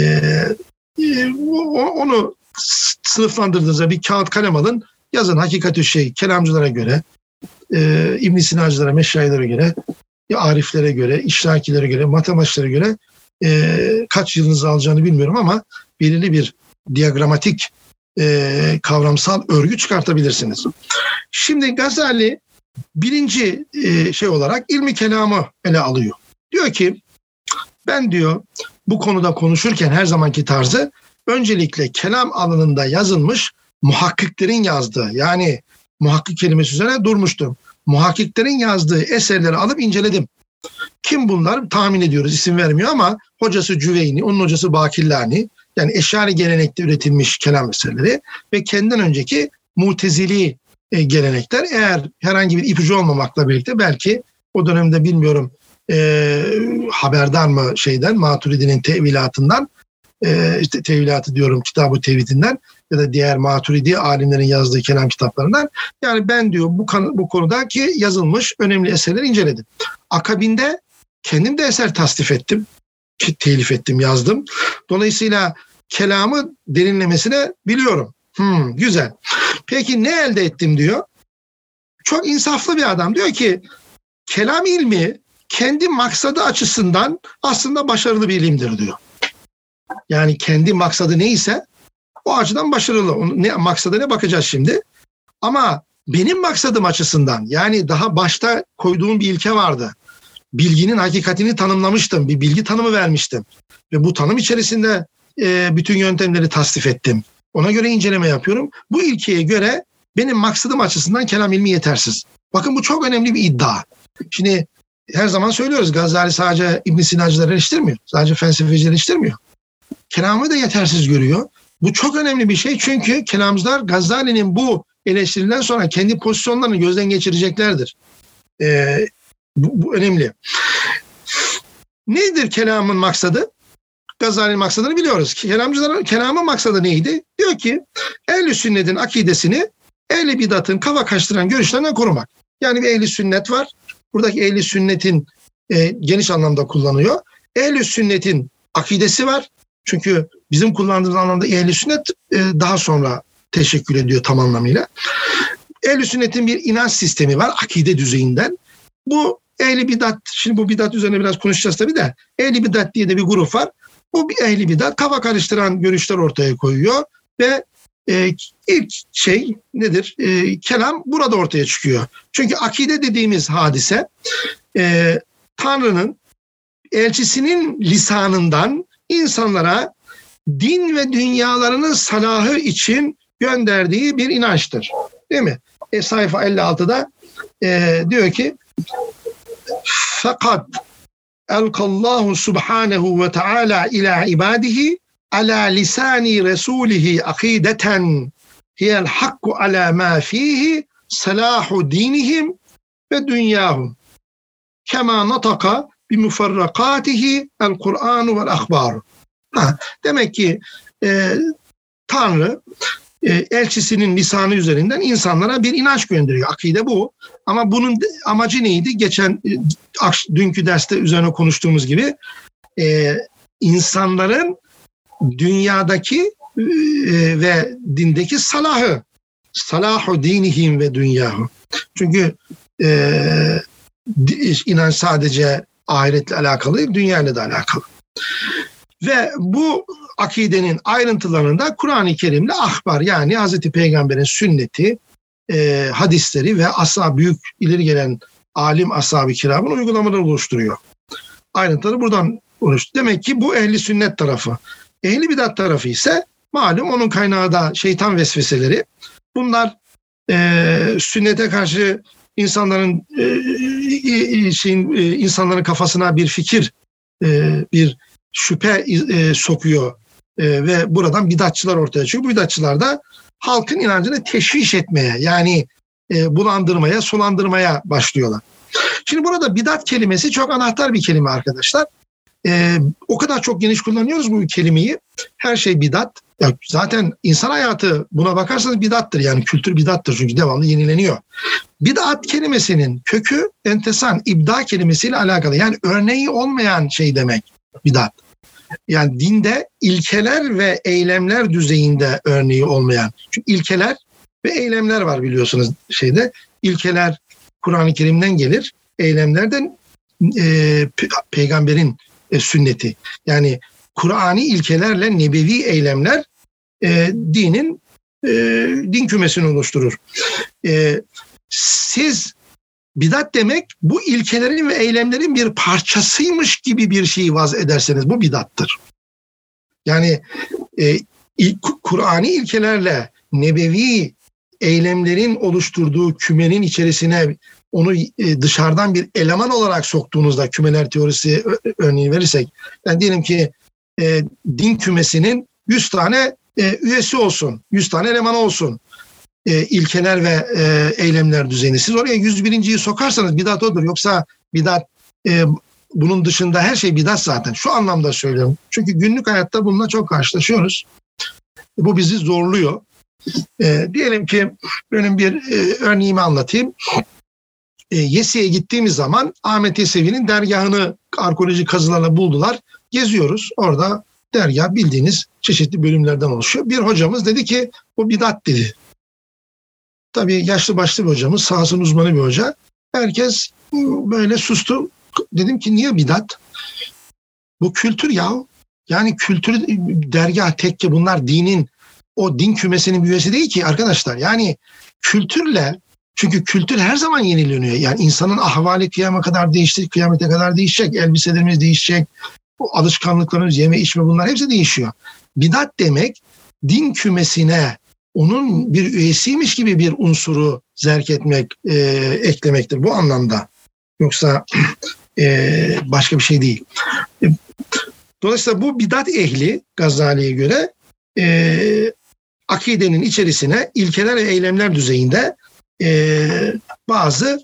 e, onu sınıflandırdığınızda bir kağıt kalem alın, yazın hakikatü şey kelamcılara göre, e, İbn Sinacılara, meşayilere göre, ariflere göre, işrakilere göre, matematiklere göre e, kaç yılınızı alacağını bilmiyorum ama belirli bir diyagramatik e, kavramsal örgü çıkartabilirsiniz. Şimdi Gazali birinci e, şey olarak ilmi kelamı ele alıyor. Diyor ki ben diyor bu konuda konuşurken her zamanki tarzı öncelikle kelam alanında yazılmış muhakkiklerin yazdığı, yani muhakkik kelimesi üzerine durmuştum. Muhakkiklerin yazdığı eserleri alıp inceledim. Kim bunlar? Tahmin ediyoruz, isim vermiyor ama hocası Cüveyni, onun hocası Bakillani, yani Eşari gelenekte üretilmiş kelam eserleri ve kendinden önceki Mutezili e, gelenekler, eğer herhangi bir ipucu olmamakla birlikte belki o dönemde bilmiyorum e, haberdar mı şeyden, Maturidi'nin tevilatından, e, işte tevilatı diyorum Kitab-ı Tevhid'inden ya da diğer Maturidi alimlerin yazdığı kelam kitaplarından. Yani ben diyor bu, bu konudaki yazılmış önemli eserleri inceledim. Akabinde kendim de eser tasnif ettim, telif ettim, yazdım. Dolayısıyla kelamı derinlemesine biliyorum. Hmm, güzel. Peki ne elde ettim diyor. Çok insaflı bir adam. Diyor ki kelam ilmi kendi maksadı açısından aslında başarılı bir ilimdir diyor. Yani kendi maksadı neyse o açıdan başarılı. Onun ne maksadına bakacağız şimdi. Ama benim maksadım açısından, yani daha başta koyduğum bir ilke vardı. Bilginin hakikatini tanımlamıştım. Bir bilgi tanımı vermiştim. Ve bu tanım içerisinde e, bütün yöntemleri tasnif ettim. Ona göre inceleme yapıyorum. Bu ilkeye göre benim maksadım açısından kelam ilmi yetersiz. Bakın bu çok önemli bir iddia. Şimdi her zaman söylüyoruz, Gazali sadece İbn Sinacıları eleştirmiyor. Sadece felsefecileri eleştirmiyor. Kelamı da yetersiz görüyor. Bu çok önemli bir şey çünkü kelamcılar Gazali'nin bu eleştirilen sonra kendi pozisyonlarını gözden geçireceklerdir. Ee, bu, bu önemli. Nedir kelamın maksadı? Gazali'nin maksadını biliyoruz. Kelamcıların kelamın maksadı neydi? Diyor ki ehl-i sünnetin akidesini ehl-i bidatın kafa kaçtıran görüşlerinden korumak. Yani bir ehl-i sünnet var. Buradaki ehl-i sünnetin e, geniş anlamda kullanıyor. Ehl-i sünnetin akidesi var. Çünkü bizim kullandığımız anlamda ehl-i sünnet e, daha sonra teşekkül ediyor tam anlamıyla. Ehl-i sünnetin bir inanç sistemi var akide düzeyinden. Bu ehl-i bidat, şimdi bu bidat üzerine biraz konuşacağız tabii de, ehl-i bidat diye de bir grup var. Bu bir ehl-i bidat kafa karıştıran görüşler ortaya koyuyor ve e, ilk şey nedir? E, kelam burada ortaya çıkıyor. Çünkü akide dediğimiz hadise e, Tanrı'nın elçisinin lisanından insanlara din ve dünyalarının salahı için gönderdiği bir inançtır. Değil mi? E, sayfa elli altıda e, diyor ki fakat elkallahu subhanehu ve teala ila ibadihi ala lisani resulihi akideten hiyel hakku ala ma fihi salahu dinihim ve dünyahum kema nataka bi mufarrakatihi el Kur'anu vel ahbaru. Demek ki e, Tanrı e, elçisinin lisanı üzerinden insanlara bir inanç gönderiyor. Akide bu. Ama bunun amacı neydi? Geçen e, dünkü derste üzerine konuştuğumuz gibi e, insanların dünyadaki e, ve dindeki salahı, salahu dinihim ve dünyahu. Çünkü e, inanç sadece ahiretle alakalı değil, dünyayla da alakalı. Ve bu akidenin ayrıntılarında Kur'an-ı Kerim'le ahbar, yani Hazreti Peygamber'in sünneti, e, hadisleri ve ashab, büyük ileri gelen alim ashab-ı kiramın uygulamaları oluşturuyor. Ayrıntıları buradan oluştu. Demek ki bu ehli sünnet tarafı. Ehli bidat tarafı ise malum onun kaynağı da şeytan vesveseleri. Bunlar e, sünnete karşı insanların e, şeyin, e, insanların kafasına bir fikir, e, bir şüphe e, sokuyor e, ve buradan bidatçılar ortaya çıkıyor. Bu bidatçılar da halkın inancını teşviş etmeye, yani e, bulandırmaya, sulandırmaya başlıyorlar. Şimdi burada bidat kelimesi çok anahtar bir kelime arkadaşlar. E, o kadar çok geniş kullanıyoruz bu kelimeyi. Her şey bidat. Ya zaten insan hayatı buna bakarsanız bidattır. Yani kültür bidattır çünkü devamlı yenileniyor. Bidat kelimesinin kökü entesan, ibda kelimesiyle alakalı. Yani örneği olmayan şey demek bidat. Yani dinde ilkeler ve eylemler düzeyinde örneği olmayan. Çünkü ilkeler ve eylemler var biliyorsunuz şeyde. İlkeler Kur'an-ı Kerim'den gelir. Eylemlerden e, pe- peygamberin e, sünneti. Yani Kur'ani ilkelerle nebevi eylemler e, dinin e, din kümesini oluşturur. E, siz bidat demek bu ilkelerin ve eylemlerin bir parçasıymış gibi bir şeyi vaz ederseniz bu bidattır. Yani e, Kur'ani ilkelerle nebevi eylemlerin oluşturduğu kümenin içerisine onu e, dışarıdan bir eleman olarak soktuğunuzda kümeler teorisi örneği verirsek, yani diyelim ki e, din kümesinin yüz tane e, üyesi olsun, yüz tane eleman olsun. E, ilkeler ve e, eylemler düzeyinde. Siz oraya yüz birinciyi sokarsanız bidat odur. Yoksa bidat e, bunun dışında her şey bidat zaten. Şu anlamda söylüyorum. Çünkü günlük hayatta bununla çok karşılaşıyoruz. Bu bizi zorluyor. E, diyelim ki benim bir e, örneğimi anlatayım. E, Yesi'ye gittiğimiz zaman Ahmet Yesevi'nin dergahını arkeolojik kazılarla buldular. Geziyoruz. Orada dergah bildiğiniz çeşitli bölümlerden oluşuyor. Bir hocamız dedi ki bu bidat dedi. Tabii yaşlı başlı bir hocamız, sahasının uzmanı bir hoca. Herkes böyle sustu. Dedim ki niye bidat? Bu kültür ya. Yani kültür, dergah, tekke bunlar dinin, o din kümesinin bir üyesi değil ki arkadaşlar. Yani kültürle, çünkü kültür her zaman yenileniyor. Yani insanın ahvali kıyama kadar değişti, kıyamete kadar değişecek. Elbiselerimiz değişecek. Alışkanlıklarımız, yeme içme bunlar hepsi değişiyor. Bidat demek din kümesine onun bir üyesiymiş gibi bir unsuru zerk etmek, e, eklemektir bu anlamda. Yoksa e, başka bir şey değil. E, dolayısıyla bu bidat ehli Gazali'ye göre e, akidenin içerisine ilkeler ve eylemler düzeyinde e, bazı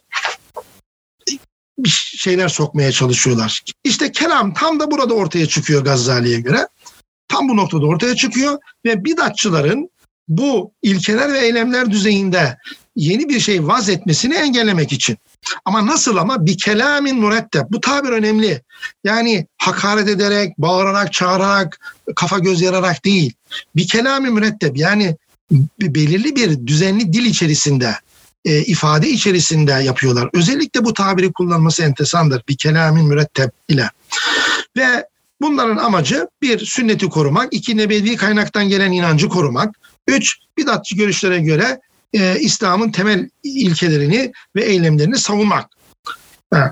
bir şeyler sokmaya çalışıyorlar. İşte kelam tam da burada ortaya çıkıyor Gazali'ye göre. Tam bu noktada ortaya çıkıyor ve bidatçıların bu ilkeler ve eylemler düzeyinde yeni bir şey vaz etmesini engellemek için. Ama nasıl ama? Bir kelamin müretteb. Bu tabir önemli. Yani hakaret ederek, bağırarak, çağırarak, kafa göz yararak değil. Bir kelamin müretteb. Yani belirli bir düzenli dil içerisinde, e, ifade içerisinde yapıyorlar. Özellikle bu tabiri kullanması enteresandır. Bir kelamin müretteb ile. Ve bunların amacı bir, sünneti korumak, iki, nebevi kaynaktan gelen inancı korumak, üç, bidatçı görüşlere göre e, İslam'ın temel ilkelerini ve eylemlerini savunmak. Ha.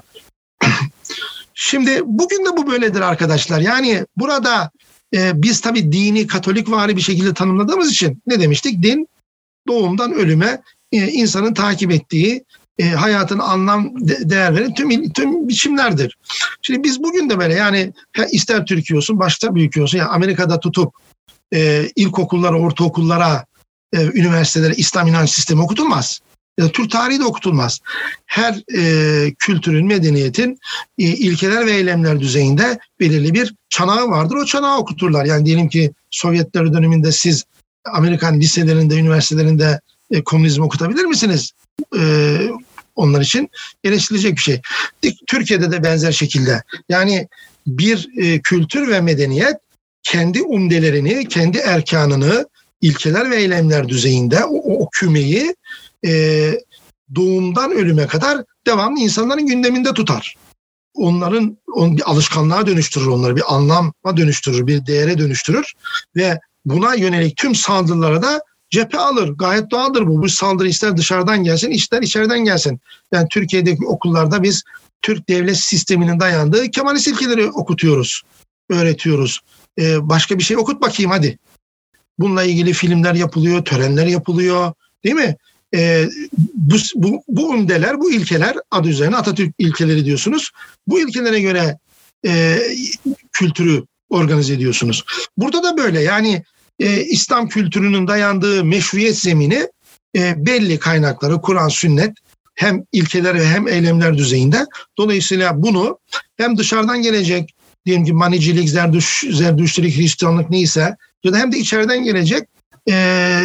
Şimdi bugün de bu böyledir arkadaşlar. Yani burada e, biz tabii dini Katolikvari bir şekilde tanımladığımız için ne demiştik? Din doğumdan ölüme e, insanın takip ettiği, e, hayatın anlam de, değer veren tüm, tüm biçimlerdir. Şimdi biz bugün de böyle yani ister Türkiye olsun başta bir ülke olsun yani Amerika'da tutup e, ilkokullara, ortaokullara, e, üniversitelere İslam inanç sistemi okutulmaz. Ya da Türk tarihi de okutulmaz. Her e, kültürün, medeniyetin e, ilkeler ve eylemler düzeyinde belirli bir çanağı vardır. O çanağı okuturlar. Yani diyelim ki Sovyetler döneminde siz Amerikan liselerinde, üniversitelerinde e, komünizmi okutabilir misiniz? E, onlar için eleştirilecek bir şey. Türkiye'de de benzer şekilde. Yani bir e, kültür ve medeniyet kendi umdelerini, kendi erkanını, ilkeler ve eylemler düzeyinde o, o kümeyi e, doğumdan ölüme kadar devamlı insanların gündeminde tutar. Onların on, bir alışkanlığa dönüştürür, onları bir anlama dönüştürür, bir değere dönüştürür ve buna yönelik tüm saldırılara da cephe alır. Gayet doğaldır bu. Bu saldırı ister dışarıdan gelsin, ister içeriden gelsin. Yani Türkiye'deki okullarda biz Türk devlet sisteminin dayandığı Kemalist ilkeleri okutuyoruz, öğretiyoruz. Ee, başka bir şey okut bakayım hadi. Bununla ilgili filmler yapılıyor, törenler yapılıyor, değil mi? Ee, bu, bu, bu umdeler, bu ilkeler, adı üzerine Atatürk ilkeleri diyorsunuz. Bu ilkelere göre e, kültürü organize ediyorsunuz. Burada da böyle yani e, İslam kültürünün dayandığı meşruiyet zemini e, belli kaynakları, Kur'an, sünnet, hem ilkeler ve hem eylemler düzeyinde. Dolayısıyla bunu hem dışarıdan gelecek, diyelim ki manicilik, zerdüş, zerdüştülük, Hristiyanlık neyse, ya da hem de içeriden gelecek e,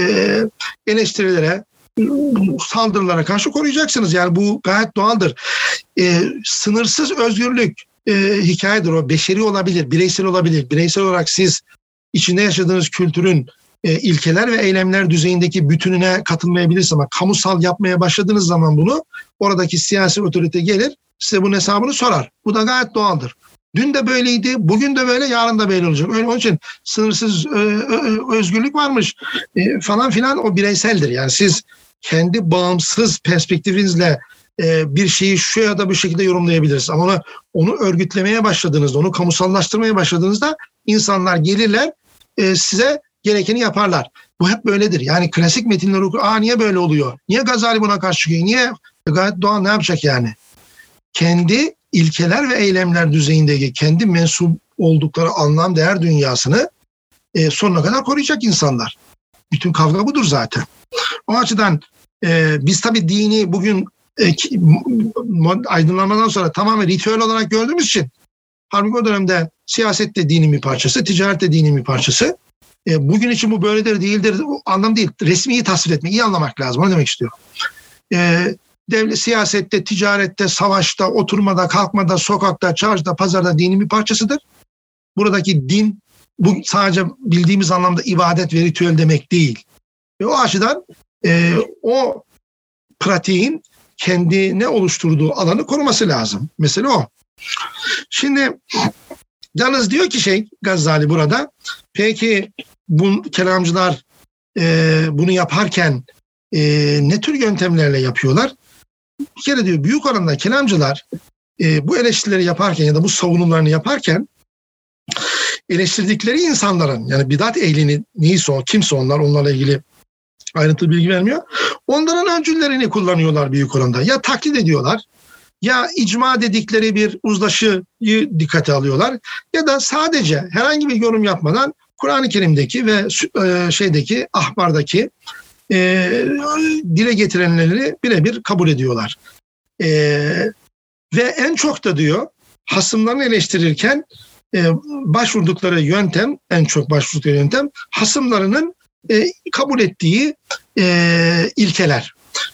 eleştirilere, saldırılara karşı koruyacaksınız. Yani bu gayet doğaldır. E, sınırsız özgürlük e, hikayedir o. Beşeri olabilir, bireysel olabilir. Bireysel olarak siz içinde yaşadığınız kültürün e, ilkeler ve eylemler düzeyindeki bütününe katılmayabilirsiniz, ama kamusal yapmaya başladığınız zaman bunu, oradaki siyasi otorite gelir, size bunun hesabını sorar. Bu da gayet doğaldır. Dün de böyleydi, bugün de böyle, yarın da böyle olacak. Öyle, onun için sınırsız e, ö, özgürlük varmış e, falan filan, o bireyseldir. Yani siz kendi bağımsız perspektifinizle e, bir şeyi şu ya da bu şekilde yorumlayabilirsiniz. Ama onu, onu örgütlemeye başladığınızda, onu kamusallaştırmaya başladığınızda insanlar gelirler, e, size gerekeni yaparlar. Bu hep böyledir. Yani klasik metinler okur, aa niye böyle oluyor? Niye Gazali buna karşı çıkıyor? Niye? E, gayet doğal, ne yapacak yani? Kendi ilkeler ve eylemler düzeyindeki kendi mensup oldukları anlam değer dünyasını e, sonuna kadar koruyacak insanlar. Bütün kavga budur zaten. O açıdan e, biz tabii dini bugün e, aydınlanmadan sonra tamamen ritüel olarak gördüğümüz için, halbuki o dönemde siyaset de dinin bir parçası, ticaret de dinin bir parçası. E, bugün için bu böyledir değildir o anlam değil. Resmiyi tasvir etmek, iyi anlamak lazım. Ne demek istiyor? E, devlet, siyasette, ticarette, savaşta, oturmada, kalkmada, sokakta, çarşıda, pazarda dinin bir parçasıdır. Buradaki din, bu sadece bildiğimiz anlamda ibadet ve ritüel demek değil. Ve o açıdan e, o pratiğin kendine oluşturduğu alanı koruması lazım. Mesela o. Şimdi yalnız diyor ki şey Gazali burada, peki bu kelamcılar e, bunu yaparken e, ne tür yöntemlerle yapıyorlar? Bir kere diyor, büyük oranda kelamcılar e, bu eleştirileri yaparken ya da bu savunumlarını yaparken eleştirdikleri insanların, yani bidat ehlini neyse o, kimse onlar, onlarla ilgili ayrıntılı bilgi vermiyor. Onların öncüllerini kullanıyorlar büyük oranda. Ya taklit ediyorlar, ya icma dedikleri bir uzlaşıyı dikkate alıyorlar, ya da sadece herhangi bir yorum yapmadan Kur'an-ı Kerim'deki ve e, şeydeki, ahbardaki e, dile getirenleri birebir kabul ediyorlar. E, ve en çok da diyor, hasımlarını eleştirirken e, başvurdukları yöntem, en çok başvurdukları yöntem hasımlarının e, kabul ettiği e, ilkeler.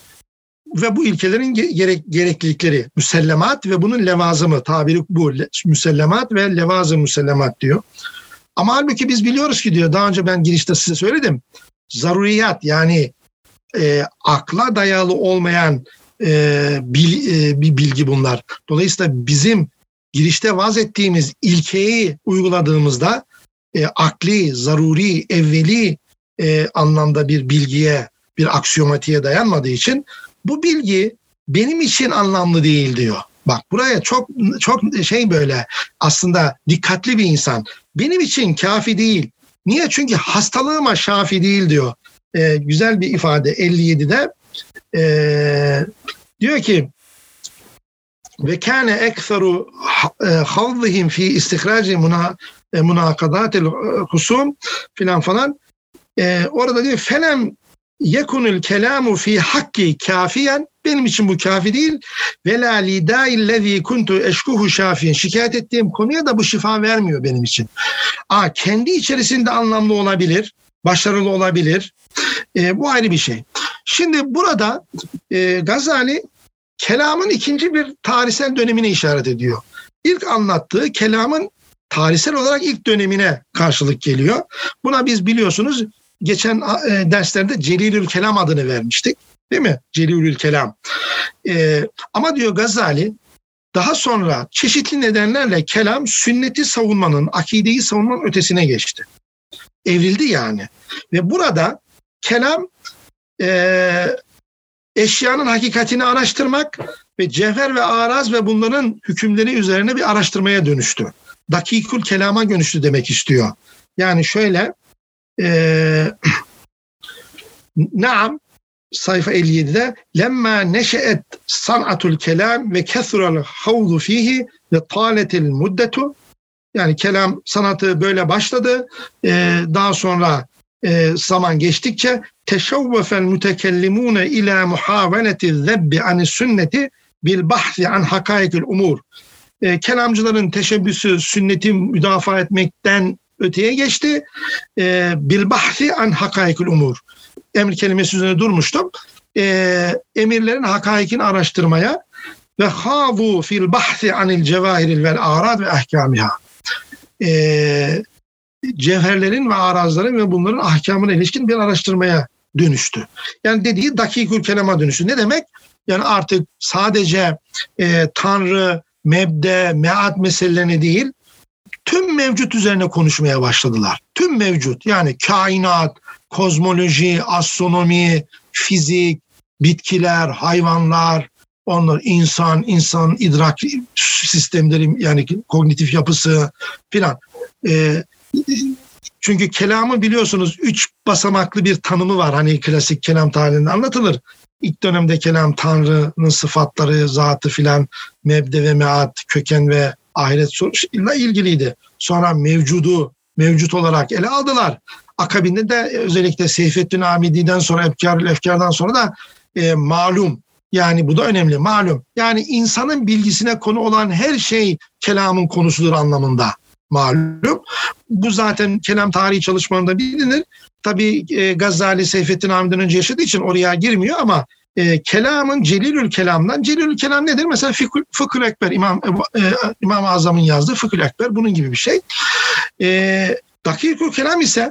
Ve bu ilkelerin gerek, gereklilikleri, müsellemat ve bunun levazımı, tabiri bu, müsellemat ve levazım müsellemat diyor. Ama halbuki biz biliyoruz ki diyor, daha önce ben girişte size söyledim, zaruriyat, yani e, akla dayalı olmayan e, bil, e, bir bilgi bunlar. Dolayısıyla bizim girişte vaz ettiğimiz ilkeyi uyguladığımızda e, akli, zaruri, evveli e, anlamda bir bilgiye, bir aksiyomatiğe dayanmadığı için bu bilgi benim için anlamlı değil diyor. Bak buraya çok çok şey, böyle aslında dikkatli bir insan. Benim için kafi değil. Niye? Çünkü hastalığıma şafi değil diyor. Ee, güzel bir ifade elli yedide. Ee, diyor ki ve kâne ekseru havzihim fi istihrâci münâkadâtil husum filan falan. Ee, orada diyor felem yekunul kelamu fi hakki kafiyen, benim için bu kafi değil, ve la lidâillezî kuntu eşkuhu şafiyen, şikayet ettiğim konuya da bu şifa vermiyor benim için. Aa, kendi içerisinde anlamlı olabilir, başarılı olabilir, e, bu ayrı bir şey. Şimdi burada e, Gazali kelamın ikinci bir tarihsel dönemine işaret ediyor. İlk anlattığı kelamın tarihsel olarak ilk dönemine karşılık geliyor. Buna biz biliyorsunuz geçen e, derslerde Celilül Kelam adını vermiştik. Değil mi? Celilül Kelam. E, ama diyor Gazali, daha sonra çeşitli nedenlerle kelam sünneti savunmanın, akideyi savunmanın ötesine geçti. Evrildi yani. Ve burada kelam e, eşyanın hakikatini araştırmak ve cevher ve araz ve bunların hükümleri üzerine bir araştırmaya dönüştü. Dakikul kelama dönüştü demek istiyor. Yani şöyle e, naam sayfa elli yedide lemma neşeet sanatul kelam ve kethural havzu fihi ve taletil muddetu, yani kelam sanatı böyle başladı. Ee, daha sonra e, zaman geçtikçe teşevvefel mütekellimune ila muhaveleti zebbi anis sünneti bil bahsi an hakaikil umur. E, kelamcıların teşebbüsü sünneti müdafaa etmekten öteye geçti. E, bil bahsi an hakaikil umur. Emir kelimesi üzerine durmuştum. E, emirlerin hakaikini araştırmaya ve havu fil bahsi anil cevahiril vel arad ve ahkamiha. E, cevherlerin ve arazların ve bunların ahkamına ilişkin bir araştırmaya dönüştü. Yani dediği dakikül kelama dönüştü. Ne demek? Yani artık sadece e, Tanrı, mebde, mead meselelerini değil, tüm mevcut üzerine konuşmaya başladılar. Tüm mevcut, yani kainat, kozmoloji, astronomi, fizik, bitkiler, hayvanlar, onlar insan, insan idrak sistemleri, yani kognitif yapısı filan. Ee, çünkü kelamı biliyorsunuz üç basamaklı bir tanımı var. Hani klasik kelam tarihinde anlatılır. İlk dönemde kelam Tanrı'nın sıfatları, zatı filan, mebde ve mead, köken ve ahiret ile ilgiliydi. Sonra mevcudu mevcut olarak ele aldılar. Akabinde de özellikle Seyfettin Amidi'den sonra, Efkar-ül Efkar'dan sonra da e, malum, yani bu da önemli, malum. Yani insanın bilgisine konu olan her şey kelamın konusudur anlamında malum. Bu zaten kelam tarihi çalışmalarında bilinir. Tabii e, Gazali Seyfettin Amidi'den önce yaşadığı için oraya girmiyor ama e, kelamın Celilül Kelam'dan, Celilül Kelam nedir? Mesela Fıkh, Fıkhül Ekber, İmam, e, İmam-ı Azam'ın yazdığı Fıkhül Ekber bunun gibi bir şey. E, Dakikül Kelam ise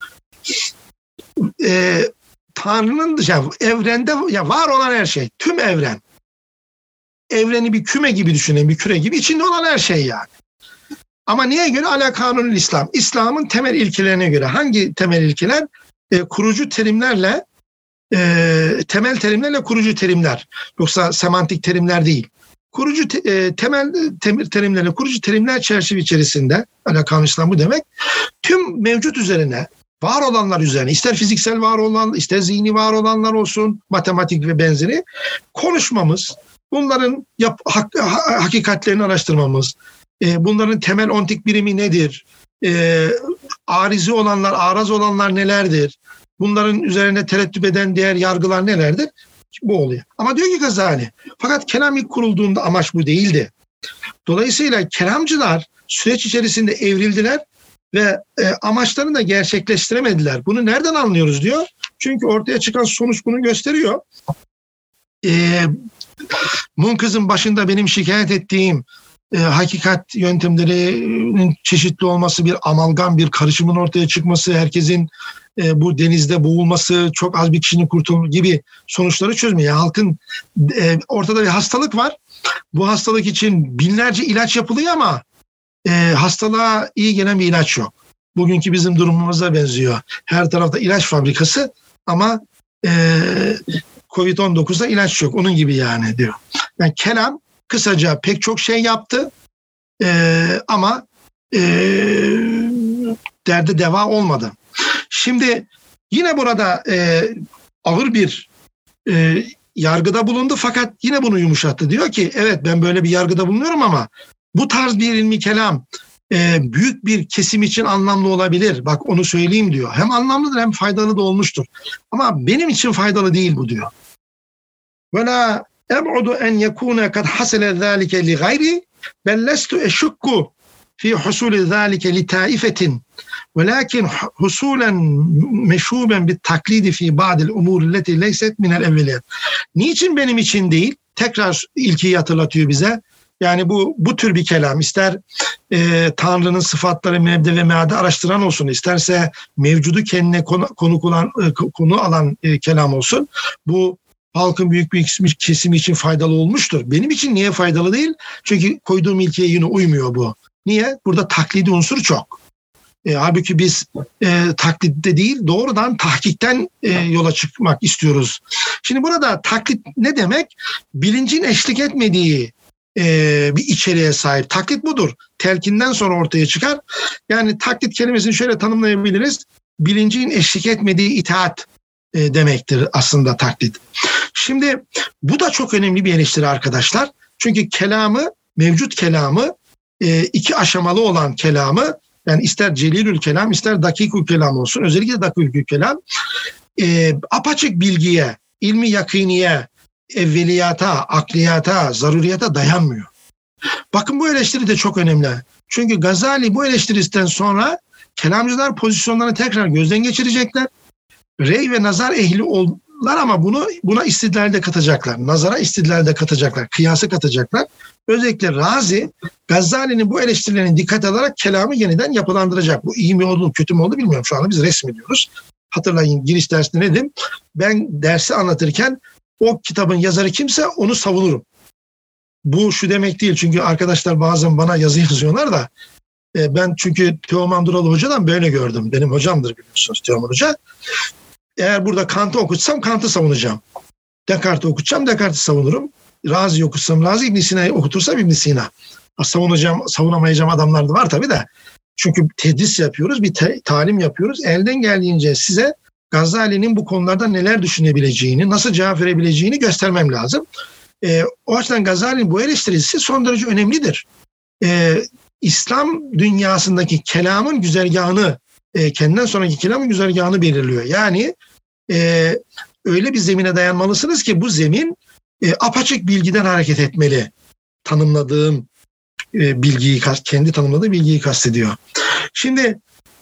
e, Tanrı'nın yani evrende ya var olan her şey, tüm evren. Evreni bir küme gibi düşünün, bir küre gibi, içinde olan her şey yani. Ama neye göre? Ala kanunul İslam. İslam'ın temel ilkelerine göre. Hangi temel ilkeler? E, kurucu terimlerle, e, temel terimlerle kurucu terimler. Yoksa semantik terimler değil. Kurucu te, e, temel tem, terimlerle kurucu terimler çerçeve içerisinde, ala kanunul İslam bu demek, tüm mevcut üzerine, var olanlar üzerine, ister fiziksel var olan, ister zihni var olanlar olsun, matematik ve benzeri konuşmamız, bunların yap, hak, ha, hakikatlerini araştırmamız, e, bunların temel ontik birimi nedir, e, arizi olanlar, araz olanlar nelerdir, bunların üzerine tereddüt eden diğer yargılar nelerdir, bu oluyor. Ama diyor ki Gazali, fakat kelam ilk kurulduğunda amaç bu değildi. Dolayısıyla kelamcılar süreç içerisinde evrildiler ve e, amaçlarını da gerçekleştiremediler. Bunu nereden anlıyoruz diyor. Çünkü ortaya çıkan sonuç bunu gösteriyor. E, Munkız'ın başında benim şikayet ettiğim e, hakikat yöntemlerinin çeşitli olması, bir amalgam, bir karışımın ortaya çıkması, herkesin e, bu denizde boğulması, çok az bir kişinin kurtulması gibi sonuçları çözmüyor. Yani halkın e, ortada bir hastalık var. Bu hastalık için binlerce ilaç yapılıyor ama E, hastalığa iyi gelen bir ilaç yok. Bugünkü bizim durumumuza benziyor. Her tarafta ilaç fabrikası ama e, kovid on dokuzda ilaç yok. Onun gibi yani diyor. Yani kelam kısaca pek çok şey yaptı e, ama e, derde deva olmadı. Şimdi yine burada e, ağır bir e, yargıda bulundu fakat yine bunu yumuşattı. Diyor ki evet, ben böyle bir yargıda bulunuyorum ama bu tarz bir ilmi kelam e, büyük bir kesim için anlamlı olabilir. Bak onu söyleyeyim diyor. Hem anlamlıdır hem faydalı da olmuştur. Ama benim için faydalı değil bu diyor. وَلَا اَبْعُدُ اَنْ يَكُونَ قَدْ حَسَلَ ذَٰلِكَ لِغَيْرِ بَلْ لَسْتُ اَشُكُّ فِي حُسُولِ ذَٰلِكَ لِتَائِفَةٍ وَلَكِنْ حُسُولًا مَشُوبًا بِالتَّقْلِيدِ فِي بَعْدِ الْاُمُورِ الَّتِي لَيْسَتْ مِنَ الْاَوَّلِيَاتِ. Niçin benim için değil? Tekrar ilkiyi hatırlatıyor bize. Yani bu bu tür bir kelam, ister e, Tanrı'nın sıfatları, mebde ve meade araştıran olsun, isterse mevcudu kendine konu, konu, olan, e, konu alan e, kelam olsun. Bu halkın büyük bir kesimi, kesimi için faydalı olmuştur. Benim için niye faydalı değil? Çünkü koyduğum ilkeye yine uymuyor bu. Niye? Burada taklidi unsuru çok. E, halbuki biz e, taklitte değil, doğrudan tahkikten e, yola çıkmak istiyoruz. Şimdi burada taklit ne demek? Bilincin eşlik etmediği Ee, bir içeriğe sahip. Taklit budur. Telkinden sonra ortaya çıkar. Yani taklit kelimesini şöyle tanımlayabiliriz. Bilincin eşlik etmediği itaat e, demektir aslında taklit. Şimdi bu da çok önemli bir eleştiri arkadaşlar. Çünkü kelamı, mevcut kelamı, e, iki aşamalı olan kelamı Yani ister celilül kelam, ister dakikül kelam olsun. Özellikle dakikül kelam e, apaçık bilgiye, ilmi yakiniye, evveliyata, akliyata, zaruriyata dayanmıyor. Bakın bu eleştiri de çok önemli. Çünkü Gazali bu eleştirisinden sonra kelamcılar pozisyonlarını tekrar gözden geçirecekler. Rey ve nazar ehli oldular ama bunu buna istidlal de katacaklar. Nazara istidlal de katacaklar. Kıyası katacaklar. Özellikle Razi, Gazali'nin bu eleştirilerini dikkat alarak kelamı yeniden yapılandıracak. Bu iyi mi oldu, kötü mü oldu bilmiyorum. Şu anda biz resmediyoruz. Hatırlayın giriş dersinde ne dedim? Ben dersi anlatırken o kitabın yazarı kimse onu savunurum. Bu şu demek değil, çünkü arkadaşlar bazen bana yazı yazıyorlar da e, ben çünkü Teoman Duralı Hoca'dan böyle gördüm. Benim hocamdır biliyorsunuz Teoman Hoca. Eğer burada Kant'ı okutsam Kant'ı savunacağım. Descartes'i okutacağım, Descartes'i savunurum. Razi'yi okutsam Razi, İbn Sina'yı okutursam İbn Sina. Savunacağım, savunamayacağım adamlar da var tabii de. Çünkü tedris yapıyoruz, bir te- talim yapıyoruz. Elden geldiğince size Gazali'nin bu konularda neler düşünebileceğini, nasıl cevap verebileceğini göstermem lazım. E, o açıdan Gazali'nin bu eleştirisi son derece önemlidir. E, İslam dünyasındaki kelamın güzergahını, e, kendinden sonraki kelamın güzergahını belirliyor. Yani e, öyle bir zemine dayanmalısınız ki bu zemin e, apaçık bilgiden hareket etmeli. Tanımladığım e, bilgiyi, kendi tanımladığı bilgiyi kastediyor. Şimdi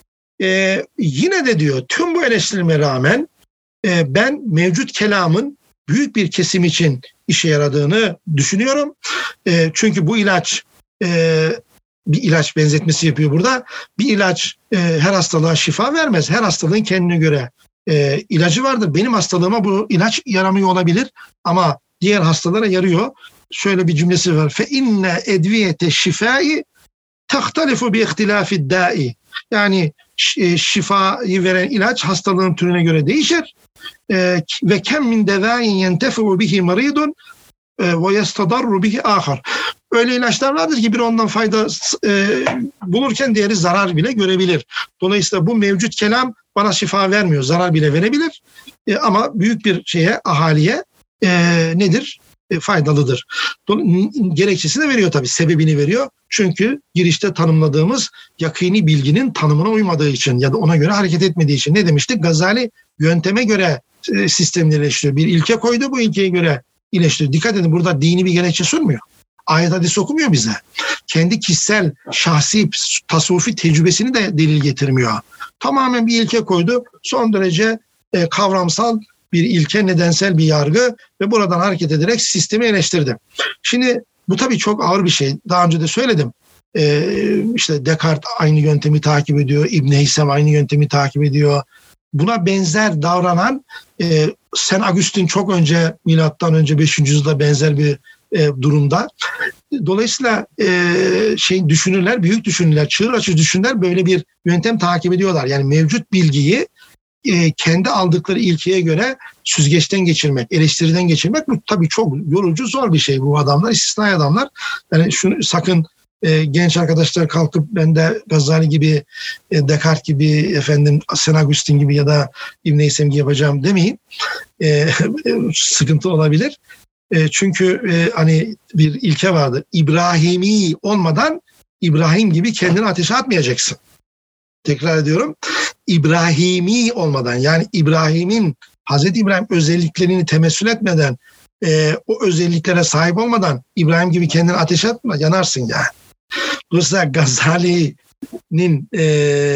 e, yine de diyor tüm bu eleştirime rağmen e, ben mevcut kelamın büyük bir kesim için işe yaradığını düşünüyorum. E, çünkü bu ilaç e, bir ilaç benzetmesi yapıyor burada. Bir ilaç e, her hastalığa şifa vermez. Her hastalığın kendine göre e, ilacı vardır. Benim hastalığıma bu ilaç yaramıyor olabilir ama diğer hastalara yarıyor. Şöyle bir cümlesi var. Fe inne edviyete şifai tahtalifu bi ihtilafi da'i. Yani e, şifayı veren ilaç hastalığın türüne göre değişir. E, ve kem min devain yentefu bihi maridun ve yestadarru bihi ahar. Öyle ilaçlar vardır ki bir ondan fayda e, bulurken diğeri zarar bile görebilir. Dolayısıyla bu mevcut kelam bana şifa vermiyor, zarar bile verebilir. E, ama büyük bir şeye, ahaliye e, nedir? E, faydalıdır. Gerekçesini veriyor tabii, sebebini veriyor. Çünkü girişte tanımladığımız yakini bilginin tanımına uymadığı için ya da ona göre hareket etmediği için. Ne demiştik? Gazali yönteme göre e, sistemleri eleştiriyor. Bir ilke koydu, bu ilkeye göre iyileştiriyor. Dikkat edin, burada dini bir gerekçe sunmuyor. Ayet hadis okumuyor bize. Kendi kişisel, şahsi, tasavvufi tecrübesini de delil getirmiyor. Tamamen bir ilke koydu. Son derece e, kavramsal bir ilke, nedensel bir yargı ve buradan hareket ederek sistemi eleştirdi. Şimdi bu tabii çok ağır bir şey. Daha önce de söyledim. Ee, işte Descartes aynı yöntemi takip ediyor. İbn Heysem aynı yöntemi takip ediyor. Buna benzer davranan e, Saint Augustin çok önce, milattan önce beşinci yüzyılda benzer bir e, durumda. Dolayısıyla e, şey düşünürler, büyük düşünürler, çığır açıcı düşünürler böyle bir yöntem takip ediyorlar. Yani mevcut bilgiyi e, kendi aldıkları ilkeye göre süzgeçten geçirmek, eleştiriden geçirmek, bu tabii çok yorucu, zor bir şey bu adamlar, istisnai adamlar. Yani şunu sakın e, genç arkadaşlar kalkıp ben de Gazali gibi, e, Descartes gibi, efendim Saint Augustin gibi ya da İbn Heysem gibi yapacağım demeyin. E, sıkıntı olabilir. E, çünkü e, hani bir ilke vardır. İbrahimi olmadan İbrahim gibi kendini ateşe atmayacaksın. Tekrar ediyorum. İbrahimi olmadan, yani İbrahim'in, Hazreti İbrahim özelliklerini temessül etmeden, e, o özelliklere sahip olmadan İbrahim gibi kendini ateşe atma, yanarsın yani. Dolayısıyla Gazali'nin e,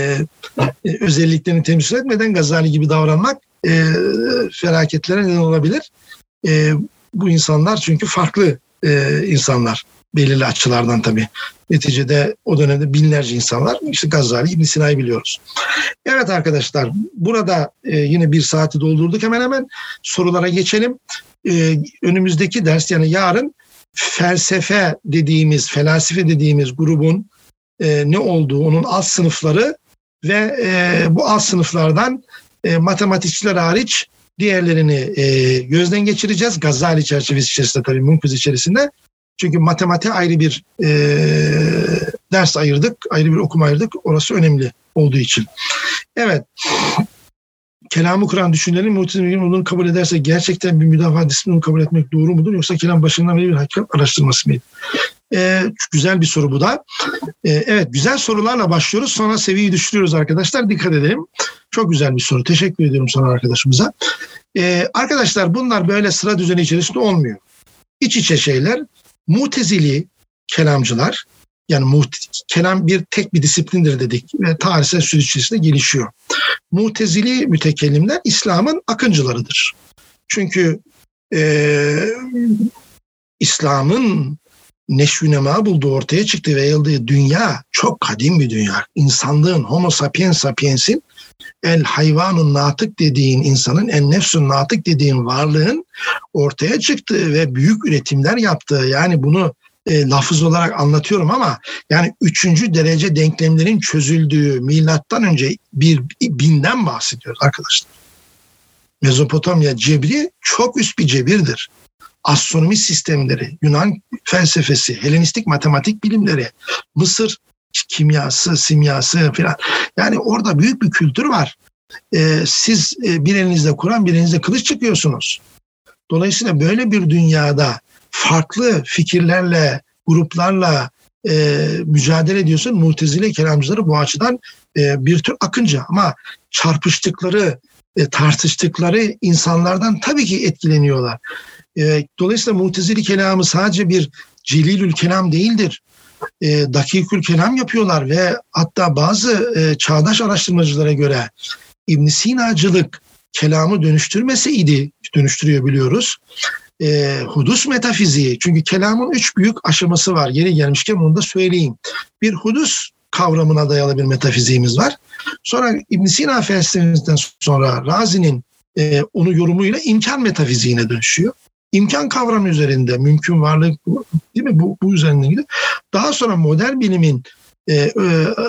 özelliklerini temsil etmeden Gazali gibi davranmak e, felaketlere neden olabilir. E, bu insanlar çünkü farklı e, insanlar. Belirli açılardan tabii. Neticede o dönemde binlerce insanlar. İşte Gazali, İbn Sina'yı biliyoruz. Evet arkadaşlar, burada e, yine bir saati doldurduk hemen hemen. Sorulara geçelim. E, önümüzdeki ders, yani yarın felsefe dediğimiz, felsefe dediğimiz grubun e, ne olduğu, onun alt sınıfları ve e, bu alt sınıflardan e, matematikçiler hariç diğerlerini e, gözden geçireceğiz. Gazali çerçevesi içerisinde tabii, Mümküz içerisinde. Çünkü matematiğe ayrı bir e, ders ayırdık, ayrı bir okuma ayırdık. Orası önemli olduğu için. Evet, kelamı kuran düşüncenin muhtezim olduğunu kabul ederse gerçekten bir müdafaa disiplinini kabul etmek doğru mudur? Yoksa kelam başından beri bir hakikat araştırması mıydı? Ee, güzel bir soru bu da. Ee, evet, güzel sorularla başlıyoruz. Sonra seviyeyi düşürüyoruz arkadaşlar. Dikkat edelim. Çok güzel bir soru. Teşekkür ediyorum sana arkadaşımıza. Ee, arkadaşlar bunlar böyle sıra düzeni içerisinde olmuyor. İç içe şeyler. Mutezili kelamcılar, yani muht- kelam bir tek bir disiplindir dedik ve tarihsel süreç içerisinde gelişiyor. Mutezili mütekellimler İslam'ın akıncılarıdır. Çünkü e, İslam'ın neşv-i nema bulduğu, ortaya çıktığı ve yayıldığı dünya çok kadim bir dünya. İnsanlığın, homo sapiens sapiensin, el hayvanun natık dediğin insanın, en nefsun natık dediğin varlığın ortaya çıktığı ve büyük üretimler yaptığı, yani bunu e, lafız olarak anlatıyorum ama yani üçüncü derece denklemlerin çözüldüğü milattan önce bir binden bahsediyoruz arkadaşlar. Mezopotamya cebri çok üst bir cebirdir. Astronomi sistemleri, Yunan felsefesi, Helenistik matematik bilimleri, Mısır kimyası, simyası filan. Yani orada büyük bir kültür var. Ee, siz e, bir elinizde Kur'an, bir elinizde kılıç çıkıyorsunuz. Dolayısıyla böyle bir dünyada farklı fikirlerle, gruplarla e, mücadele ediyorsun. Mutezile kelamcıları bu açıdan e, bir tür akıncı, ama çarpıştıkları, e, tartıştıkları insanlardan tabii ki etkileniyorlar. E, dolayısıyla Mutezili kelamı sadece bir celilül kelam değildir. E, dakikül kelam yapıyorlar ve hatta bazı e, çağdaş araştırmacılara göre İbn Sinacılık kelamı dönüştürmeseydi, dönüştürüyor biliyoruz. E, hudus metafiziği, çünkü kelamın üç büyük aşaması var. Yeri gelmişken bunu da söyleyeyim. Bir hudus kavramına dayalı bir metafiziğimiz var. Sonra İbn Sina felsefesinden sonra Razi'nin e, onu yorumuyla imkan metafiziğine dönüşüyor. İmkan kavramı üzerinde, mümkün varlık, değil mi? Bu, bu üzerinden gidiyor. Daha sonra modern bilimin e, e, e,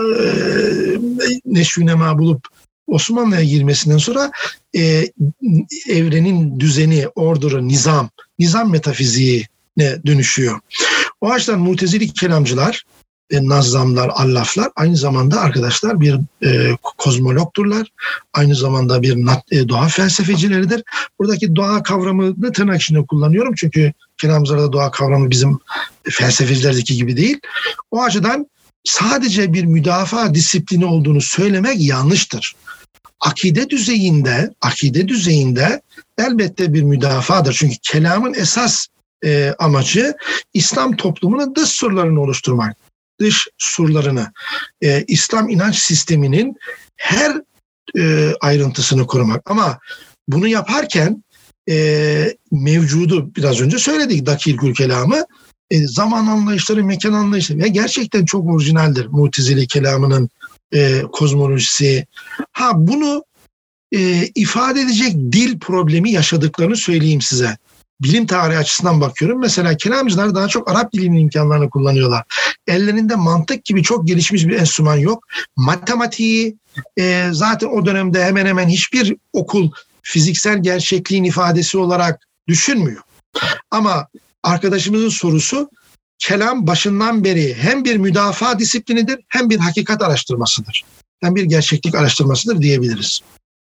neşv-i nema bulup Osmanlı'ya girmesinden sonra e, evrenin düzeni, order'ı, nizam, nizam metafiziğine dönüşüyor. O açıdan Mutezili kelamcılar, e, nazzamlar, allaflar aynı zamanda arkadaşlar bir e, kozmologdurlar. Aynı zamanda bir e, doğa felsefecileridir. Buradaki doğa kavramını tırnak içinde kullanıyorum çünkü kelamcılarda doğa kavramı bizim felsefecilerdeki gibi değil. O açıdan sadece bir müdafaa disiplini olduğunu söylemek yanlıştır. Akide düzeyinde, akide düzeyinde elbette bir müdafadır. Çünkü kelamın esas e, amacı İslam toplumunun dış surlarını oluşturmak. Dış surlarını, e, İslam inanç sisteminin her e, ayrıntısını korumak. Ama bunu yaparken e, mevcudu biraz önce söyledik, dakikül kelamı, e, zaman anlayışları, mekan anlayışları ve gerçekten çok orijinaldir Mutezili kelamının e, kozmolojisi. Ha bunu e, ifade edecek dil problemi yaşadıklarını söyleyeyim size. Bilim tarihi açısından bakıyorum. Mesela kelamcılar daha çok Arap dilinin imkanlarını kullanıyorlar. Ellerinde mantık gibi çok gelişmiş bir enstrüman yok. Matematiği e, zaten o dönemde hemen hemen hiçbir okul fiziksel gerçekliğin ifadesi olarak düşünmüyor. Ama arkadaşımızın sorusu, kelam başından beri hem bir müdafaa disiplinidir hem bir hakikat araştırmasıdır. Hem bir gerçeklik araştırmasıdır diyebiliriz.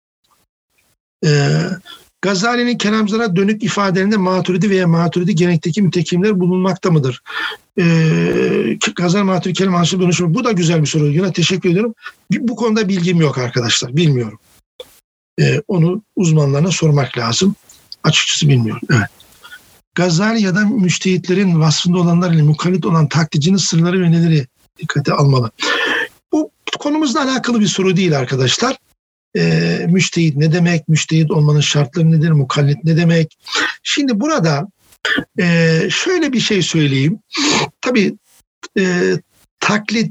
Ee, Gazali'nin kelamcılara dönük ifadelerinde Maturidi veya Maturidi gelenekteki mütekimler bulunmakta mıdır? Ee, Gazali Maturidi kelam anlaşılır dönüşümü. Bu da güzel bir soru. Yine teşekkür ediyorum. Bu konuda bilgim yok arkadaşlar. Bilmiyorum. Ee, onu uzmanlarına sormak lazım. Açıkçası bilmiyorum. Evet. Gazali ya da müştehitlerin vasfında olanlar ile mukallit olan taklitçinin sırları ve neleri dikkate almalı? Bu konumuzla alakalı bir soru değil arkadaşlar. Ee, müştehit ne demek? Müştehit olmanın şartları nedir? Mukallit ne demek? Şimdi burada e, şöyle bir şey söyleyeyim. Tabii e, taklit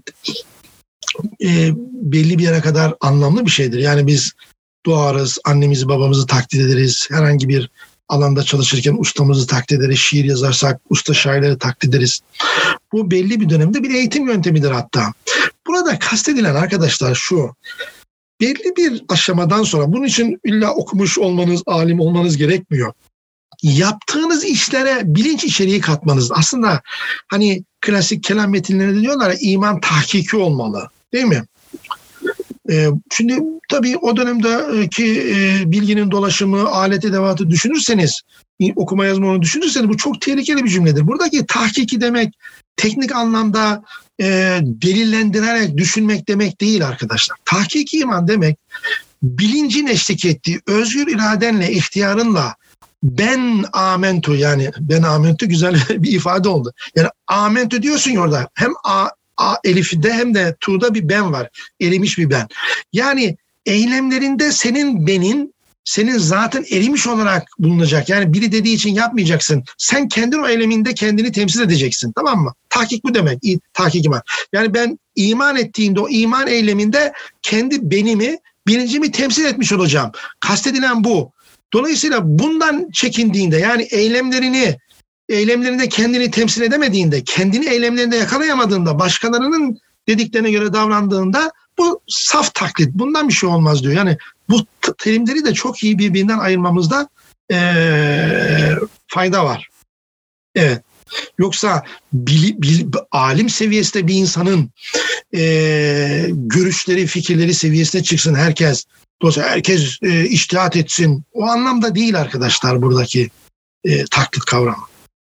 e, belli bir yere kadar anlamlı bir şeydir. Yani biz doğarız, annemizi babamızı taklit ederiz. Herhangi bir alanda çalışırken ustamızı taklit ederiz. Şiir yazarsak usta şairleri taklit ederiz. Bu belli bir dönemde bir eğitim yöntemidir hatta. Burada kastedilen arkadaşlar şu: belli bir aşamadan sonra, bunun için illa okumuş olmanız, alim olmanız gerekmiyor. Yaptığınız işlere bilinç içeriği katmanız. Aslında hani klasik kelam metinlerinde diyorlar ya, iman tahkiki olmalı. Değil mi? Ee, şimdi tabii o dönemdeki e, bilginin dolaşımı, alet edevatı düşünürseniz, okuma yazma onu düşünürseniz bu çok tehlikeli bir cümledir. Buradaki tahkiki demek teknik anlamda e, delillendirerek düşünmek demek değil arkadaşlar. Tahkiki iman demek bilincin eşlik ettiği özgür iradenle, ihtiyarınla ben amentu, yani ben amentu güzel bir ifade oldu. Yani amentu diyorsun ya orada, hem a, a elifinde hem de tu'da bir ben var. Erimiş bir ben. Yani eylemlerinde senin benin, senin zaten erimiş olarak bulunacak. Yani biri dediği için yapmayacaksın. Sen kendin o eyleminde kendini temsil edeceksin. Tamam mı? Tahkik bu demek. Tahkik iman. Yani ben iman ettiğimde o iman eyleminde kendi benimi, bilincimi temsil etmiş olacağım. Kastedilen bu. Dolayısıyla bundan çekindiğinde, yani eylemlerini, eylemlerinde kendini temsil edemediğinde, kendini eylemlerinde yakalayamadığında, başkalarının dediklerine göre davrandığında bu saf taklit. Bundan bir şey olmaz diyor. Yani bu terimleri de çok iyi birbirinden ayırmamızda ee, fayda var. Evet. Yoksa bil, bil, alim seviyesinde bir insanın e, görüşleri, fikirleri seviyesine çıksın herkes. Dolayısıyla herkes e, içtihat etsin. O anlamda değil arkadaşlar buradaki e, taklit kavramı.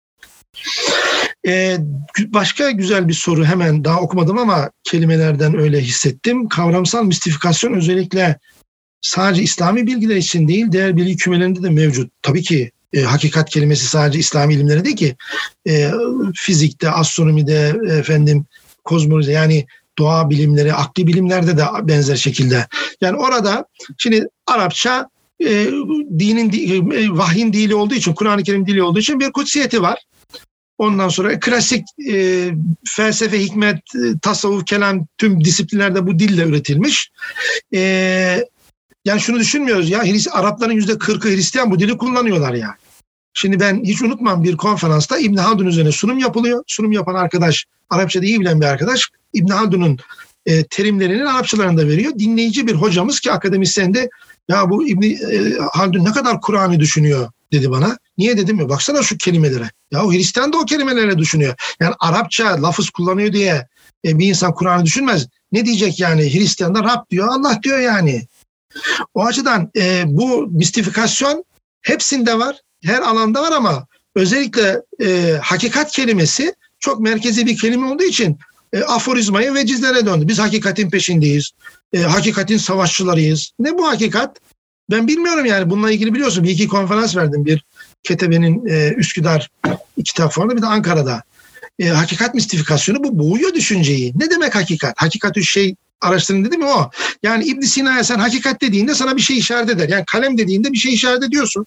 E, başka güzel bir soru, hemen daha okumadım ama kelimelerden öyle hissettim. Kavramsal mistifikasyon özellikle sadece İslami bilgiler için değil, diğer bilgi kümelerinde de mevcut. Tabii ki e, hakikat kelimesi sadece İslami ilimlere değil ki. E, fizikte, astronomide, efendim kozmolojide, yani doğa bilimleri, akli bilimlerde de benzer şekilde. Yani orada şimdi Arapça e, dinin, e, vahyin dili olduğu için, Kur'an-ı Kerim dili olduğu için bir kutsiyeti var. Ondan sonra klasik e, felsefe, hikmet, e, tasavvuf, kelam tüm disiplinlerde bu dille üretilmiş. E, yani şunu düşünmüyoruz ya, Arapların yüzde kırkı Hristiyan, bu dili kullanıyorlar yani. Şimdi ben hiç unutmam, bir konferansta İbn Haldun üzerine sunum yapılıyor. Sunum yapan arkadaş, Arapçada iyi bilen bir arkadaş, İbn Haldun'un e, terimlerinin Arapçalarını da veriyor. Dinleyici bir hocamız ki akademisyen de, ya bu İbn e, Haldun ne kadar Kur'an'ı düşünüyor dedi bana. Niye dedim ya, baksana şu kelimelere. Ya o Hristiyan da o kelimelerle düşünüyor. Yani Arapça lafız kullanıyor diye e, bir insan Kur'an'ı düşünmez. Ne diyecek yani? Hristiyan da Rab diyor, Allah diyor yani. O açıdan e, bu mistifikasyon hepsinde var. Her alanda var ama özellikle e, hakikat kelimesi çok merkezi bir kelime olduğu için e, aforizmaya, vecizlere döndü. Biz hakikatin peşindeyiz. E, hakikatin savaşçılarıyız. Ne bu hakikat? Ben bilmiyorum yani. Bununla ilgili biliyorsun bir iki konferans verdim. Bir Ketebe'nin e, Üsküdar kitap fuarında, bir de Ankara'da. E, hakikat mistifikasyonu bu boğuyor düşünceyi. Ne demek hakikat? Hakikat üç şey araştırın dedi mi o? Yani İbn Sina'ya sen hakikat dediğinde sana bir şey işaret eder. Yani kalem dediğinde bir şey işaret ediyorsun.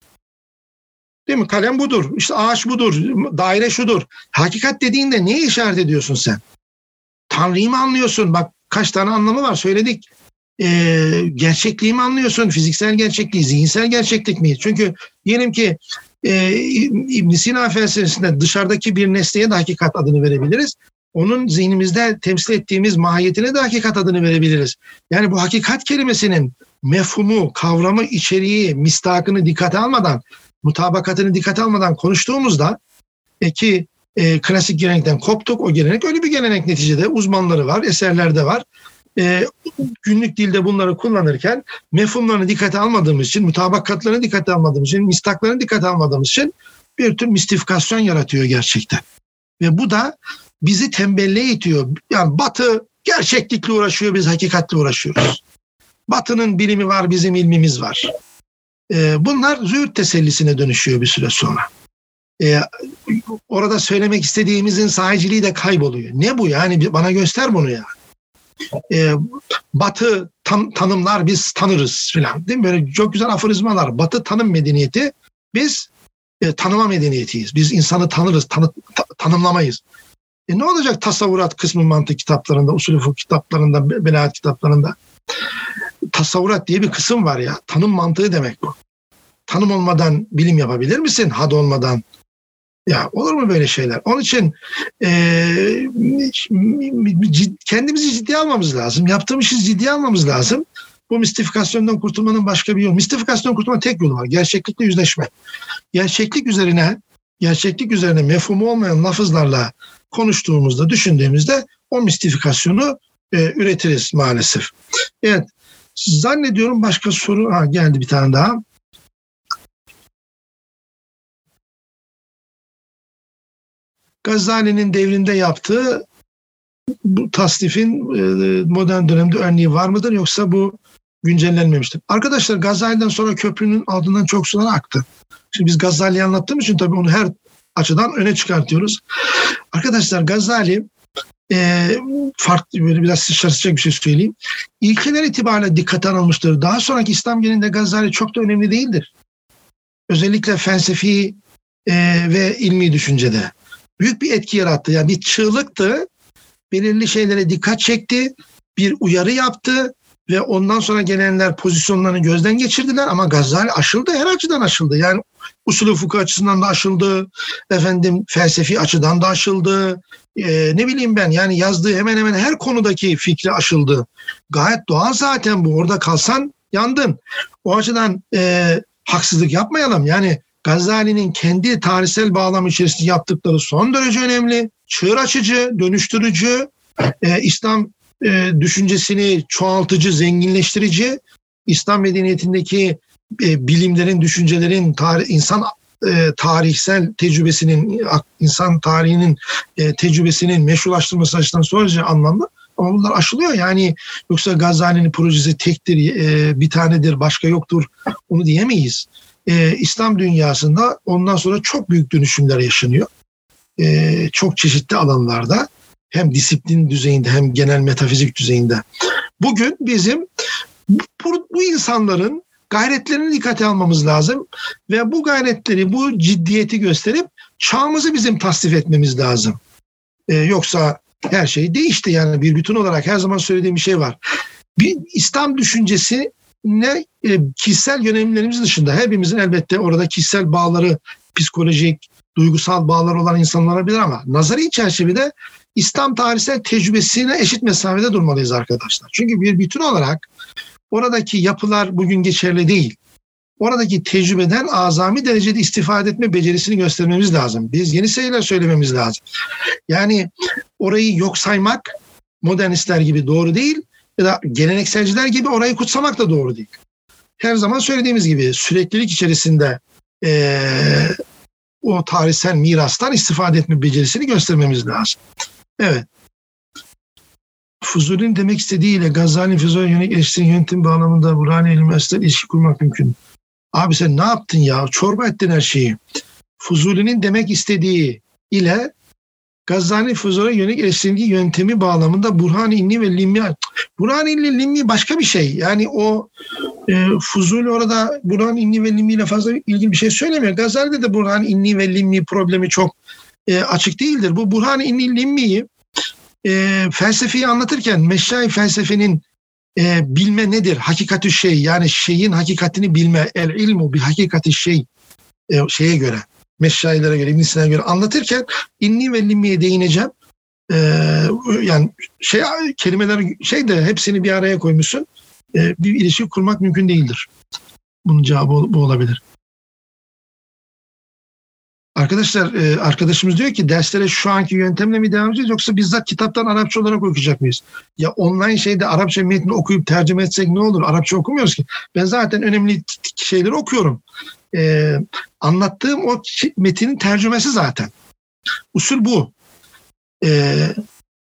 Değil mi? Kalem budur, işte ağaç budur, daire şudur. Hakikat dediğinde neye işaret ediyorsun sen? Tanrı'yı mı anlıyorsun? Bak kaç tane anlamı var söyledik. Ee, gerçekliği mi anlıyorsun? Fiziksel gerçekliği, zihinsel gerçeklik mi? Çünkü diyelim ki e, İbn Sina felsefesinde dışarıdaki bir nesneye de hakikat adını verebiliriz. Onun zihnimizde temsil ettiğimiz mahiyetine de hakikat adını verebiliriz. Yani bu hakikat kelimesinin mefhumu, kavramı, içeriği, mistakını dikkate almadan, mutabakatını dikkate almadan konuştuğumuzda e, ki e, klasik gelenekten koptuk. O gelenek öyle bir gelenek, neticede uzmanları var, eserlerde var. E, günlük dilde bunları kullanırken mefhumlarını dikkate almadığımız için, mutabakatlarını dikkate almadığımız için, mistaklarını dikkate almadığımız için bir tür mistifikasyon yaratıyor gerçekten. Ve bu da bizi tembelliğe itiyor. Yani Batı gerçeklikle uğraşıyor, biz hakikatle uğraşıyoruz. Batı'nın bilimi var, bizim ilmimiz var. Bunlar zühd tesellisine dönüşüyor bir süre sonra. Ee, orada söylemek istediğimizin sahiciliği de kayboluyor. Ne bu yani? Bana göster bunu ya. Ee, Batı tan- tanımlar, biz tanırız filan. Değil mi? Böyle çok güzel aforizmalar. Batı tanım medeniyeti, biz e, tanıma medeniyetiyiz. Biz insanı tanırız, tanı- ta- tanımlamayız. E ne olacak tasavvurat kısmı mantık kitaplarında, usulü fıkıh kitaplarında, belaat kitaplarında? Tasavvurat diye bir kısım var ya. Tanım mantığı demek bu. Tanım olmadan bilim yapabilir misin? Had olmadan. Ya olur mu böyle şeyler? Onun için e, kendimizi ciddiye almamız lazım. Yaptığımız işi ciddiye almamız lazım. Bu mistifikasyondan kurtulmanın başka bir yolu. Mistifikasyondan kurtulmanın tek yolu var. Gerçeklikle yüzleşme. Gerçeklik üzerine, gerçeklik üzerine mefhumu olmayan lafızlarla konuştuğumuzda, düşündüğümüzde o mistifikasyonu e, üretiriz maalesef. Evet. Zannediyorum başka soru ha, geldi bir tane daha. Gazali'nin devrinde yaptığı bu tasnifin modern dönemde örneği var mıdır, yoksa bu güncellenmemiştir? Arkadaşlar, Gazali'den sonra köprünün altından çok sular aktı. Şimdi biz Gazali'yi anlattığımız için tabii onu her açıdan öne çıkartıyoruz. Arkadaşlar, Gazali e, farklı, böyle biraz şaşırtacak bir şey söyleyeyim. İlkeler itibariyle dikkate alınmıştır. Daha sonraki İslam genelinde Gazali çok da önemli değildir. Özellikle felsefi e, ve ilmi düşüncede büyük bir etki yarattı. Yani bir çığlıktı. Belirli şeylere dikkat çekti. Bir uyarı yaptı. Ve ondan sonra gelenler pozisyonlarını gözden geçirdiler, ama Gazali aşıldı, her açıdan aşıldı. Yani usulü fıkıh açısından da aşıldı, efendim felsefi açıdan da aşıldı. Ee, ne bileyim ben, yani yazdığı hemen hemen her konudaki fikri aşıldı. Gayet doğal zaten bu. Orada kalsan yandın. O açıdan e, haksızlık yapmayalım. Yani Gazali'nin kendi tarihsel bağlam içerisinde yaptıkları son derece önemli, çığır açıcı, dönüştürücü, e, İslam E, düşüncesini çoğaltıcı, zenginleştirici, İslam medeniyetindeki e, bilimlerin, düşüncelerin, tarih, insan e, tarihsel tecrübesinin, insan tarihinin e, tecrübesinin meşrulaştırması açısından son derece anlamlı. Ama bunlar aşılıyor. Yani yoksa Gazali'nin projesi tektir, e, bir tanedir, başka yoktur, onu diyemeyiz. E, İslam dünyasında ondan sonra çok büyük dönüşümler yaşanıyor. E, çok çeşitli alanlarda. Hem disiplin düzeyinde hem genel metafizik düzeyinde. Bugün bizim bu, bu insanların gayretlerini dikkate almamız lazım ve bu gayretleri, bu ciddiyeti gösterip çağımızı bizim tasnif etmemiz lazım. Ee, yoksa her şey değişti, yani bir bütün olarak her zaman söylediğim bir şey var. Bir İslam düşüncesi ne e, kişisel yönelimlerimiz dışında, hepimizin elbette orada kişisel bağları, psikolojik, duygusal bağlar olan insanlar olabilir, ama nazari çerçevede İslam tarihsel tecrübesine eşit mesafede durmalıyız arkadaşlar. Çünkü bir bütün olarak oradaki yapılar bugün geçerli değil. Oradaki tecrübeden azami derecede istifade etme becerisini göstermemiz lazım. Biz yeni şeyler söylememiz lazım. Yani orayı yok saymak modernistler gibi doğru değil, ya da gelenekselciler gibi orayı kutsamak da doğru değil. Her zaman söylediğimiz gibi süreklilik içerisinde ee, o tarihsel mirastan istifade etme becerisini göstermemiz lazım. Evet. Fuzuli'nin demek istediğiyle Gazali'nin Fuzuli'ye yönelik eleştiri yönetim bağlamında Burhani Üniversitesi'yle ilişki kurmak mümkün. Abi sen ne yaptın ya? Çorba ettin her şeyi. Fuzuli'nin demek istediği ile Gazali Fuzuli'ye yönelik eleştiri yöntemi bağlamında Burhani İlmi ve Limmi. Burhani İlmi Limmi başka bir şey. Yani o e, Fuzuli orada Burhani İlmi ve Limmi ile fazla ilgili bir şey söylemiyor. Gazali'de de Burhani İlmi ve Limmi problemi çok E, açık değildir. Bu Burhani İlmi Limmi'yi e, felsefeyi anlatırken meşrai felsefenin e, bilme nedir? Hakikatü şey, yani şeyin hakikatini bilme. El ilmu bir hakikati şey e, şeye göre, meşrailere göre, İbn Sina'ya göre anlatırken İlmi ve Limmi'ye değineceğim. E, yani şey kelimeler şey de hepsini bir araya koymuşsun. E, bir ilişki kurmak mümkün değildir. Bunun cevabı bu olabilir. Arkadaşlar, arkadaşımız diyor ki derslere şu anki yöntemle mi devam edeceğiz, yoksa bizzat kitaptan Arapça olarak okuyacak mıyız? Ya online şeyde Arapça metni okuyup tercüme etsek ne olur? Arapça okumuyoruz ki. Ben zaten önemli şeyleri okuyorum. Ee, anlattığım o metinin tercümesi zaten. Usul bu. Ee,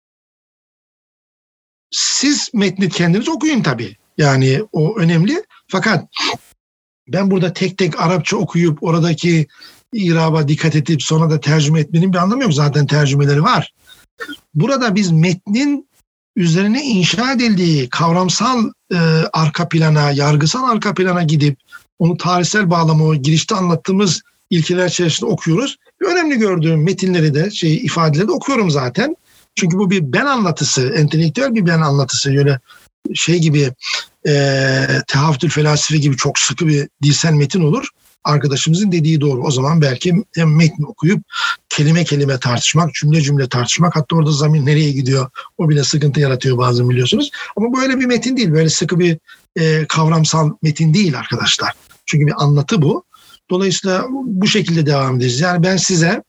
siz metni kendiniz okuyun tabii. Yani o önemli. Fakat ben burada tek tek Arapça okuyup oradaki İraba dikkat edip sonra da tercüme etmenin bir anlamı yok. Zaten tercümeleri var. Burada biz metnin üzerine inşa edildiği kavramsal e, arka plana, yargısal arka plana gidip onu tarihsel bağlamı, o girişte anlattığımız ilkeler içerisinde okuyoruz. Önemli gördüğüm metinleri de, şey ifadeleri de okuyorum zaten. Çünkü bu bir ben anlatısı, entelektüel bir ben anlatısı. Öyle şey gibi e, Tehafütül Felasife gibi çok sıkı bir dilsel metin olur. Arkadaşımızın dediği doğru. O zaman belki hem metni okuyup kelime kelime tartışmak, cümle cümle tartışmak, hatta orada zamir nereye gidiyor o bile sıkıntı yaratıyor bazen, biliyorsunuz. Ama böyle bir metin değil. Böyle sıkı bir e, kavramsal metin değil arkadaşlar. Çünkü bir anlatı bu. Dolayısıyla bu şekilde devam edeceğiz. Yani ben size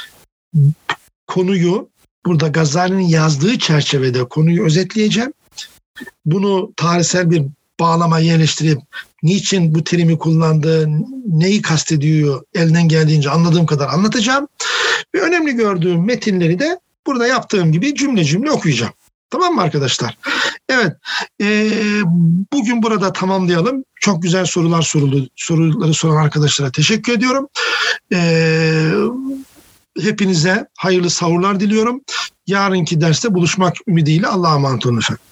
konuyu burada Gazali'nin yazdığı çerçevede konuyu özetleyeceğim. Bunu tarihsel bir bağlama yerleştirip niçin bu terimi kullandığı, neyi kastediyor elinden geldiğince anladığım kadar anlatacağım. Ve önemli gördüğüm metinleri de burada yaptığım gibi cümle cümle okuyacağım. Tamam mı arkadaşlar? Evet, e, bugün burada tamamlayalım. Çok güzel sorular soruldu. Soruları soran arkadaşlara teşekkür ediyorum. E, hepinize hayırlı sahurlar diliyorum. Yarınki derste buluşmak ümidiyle Allah'a emanet olun efendim.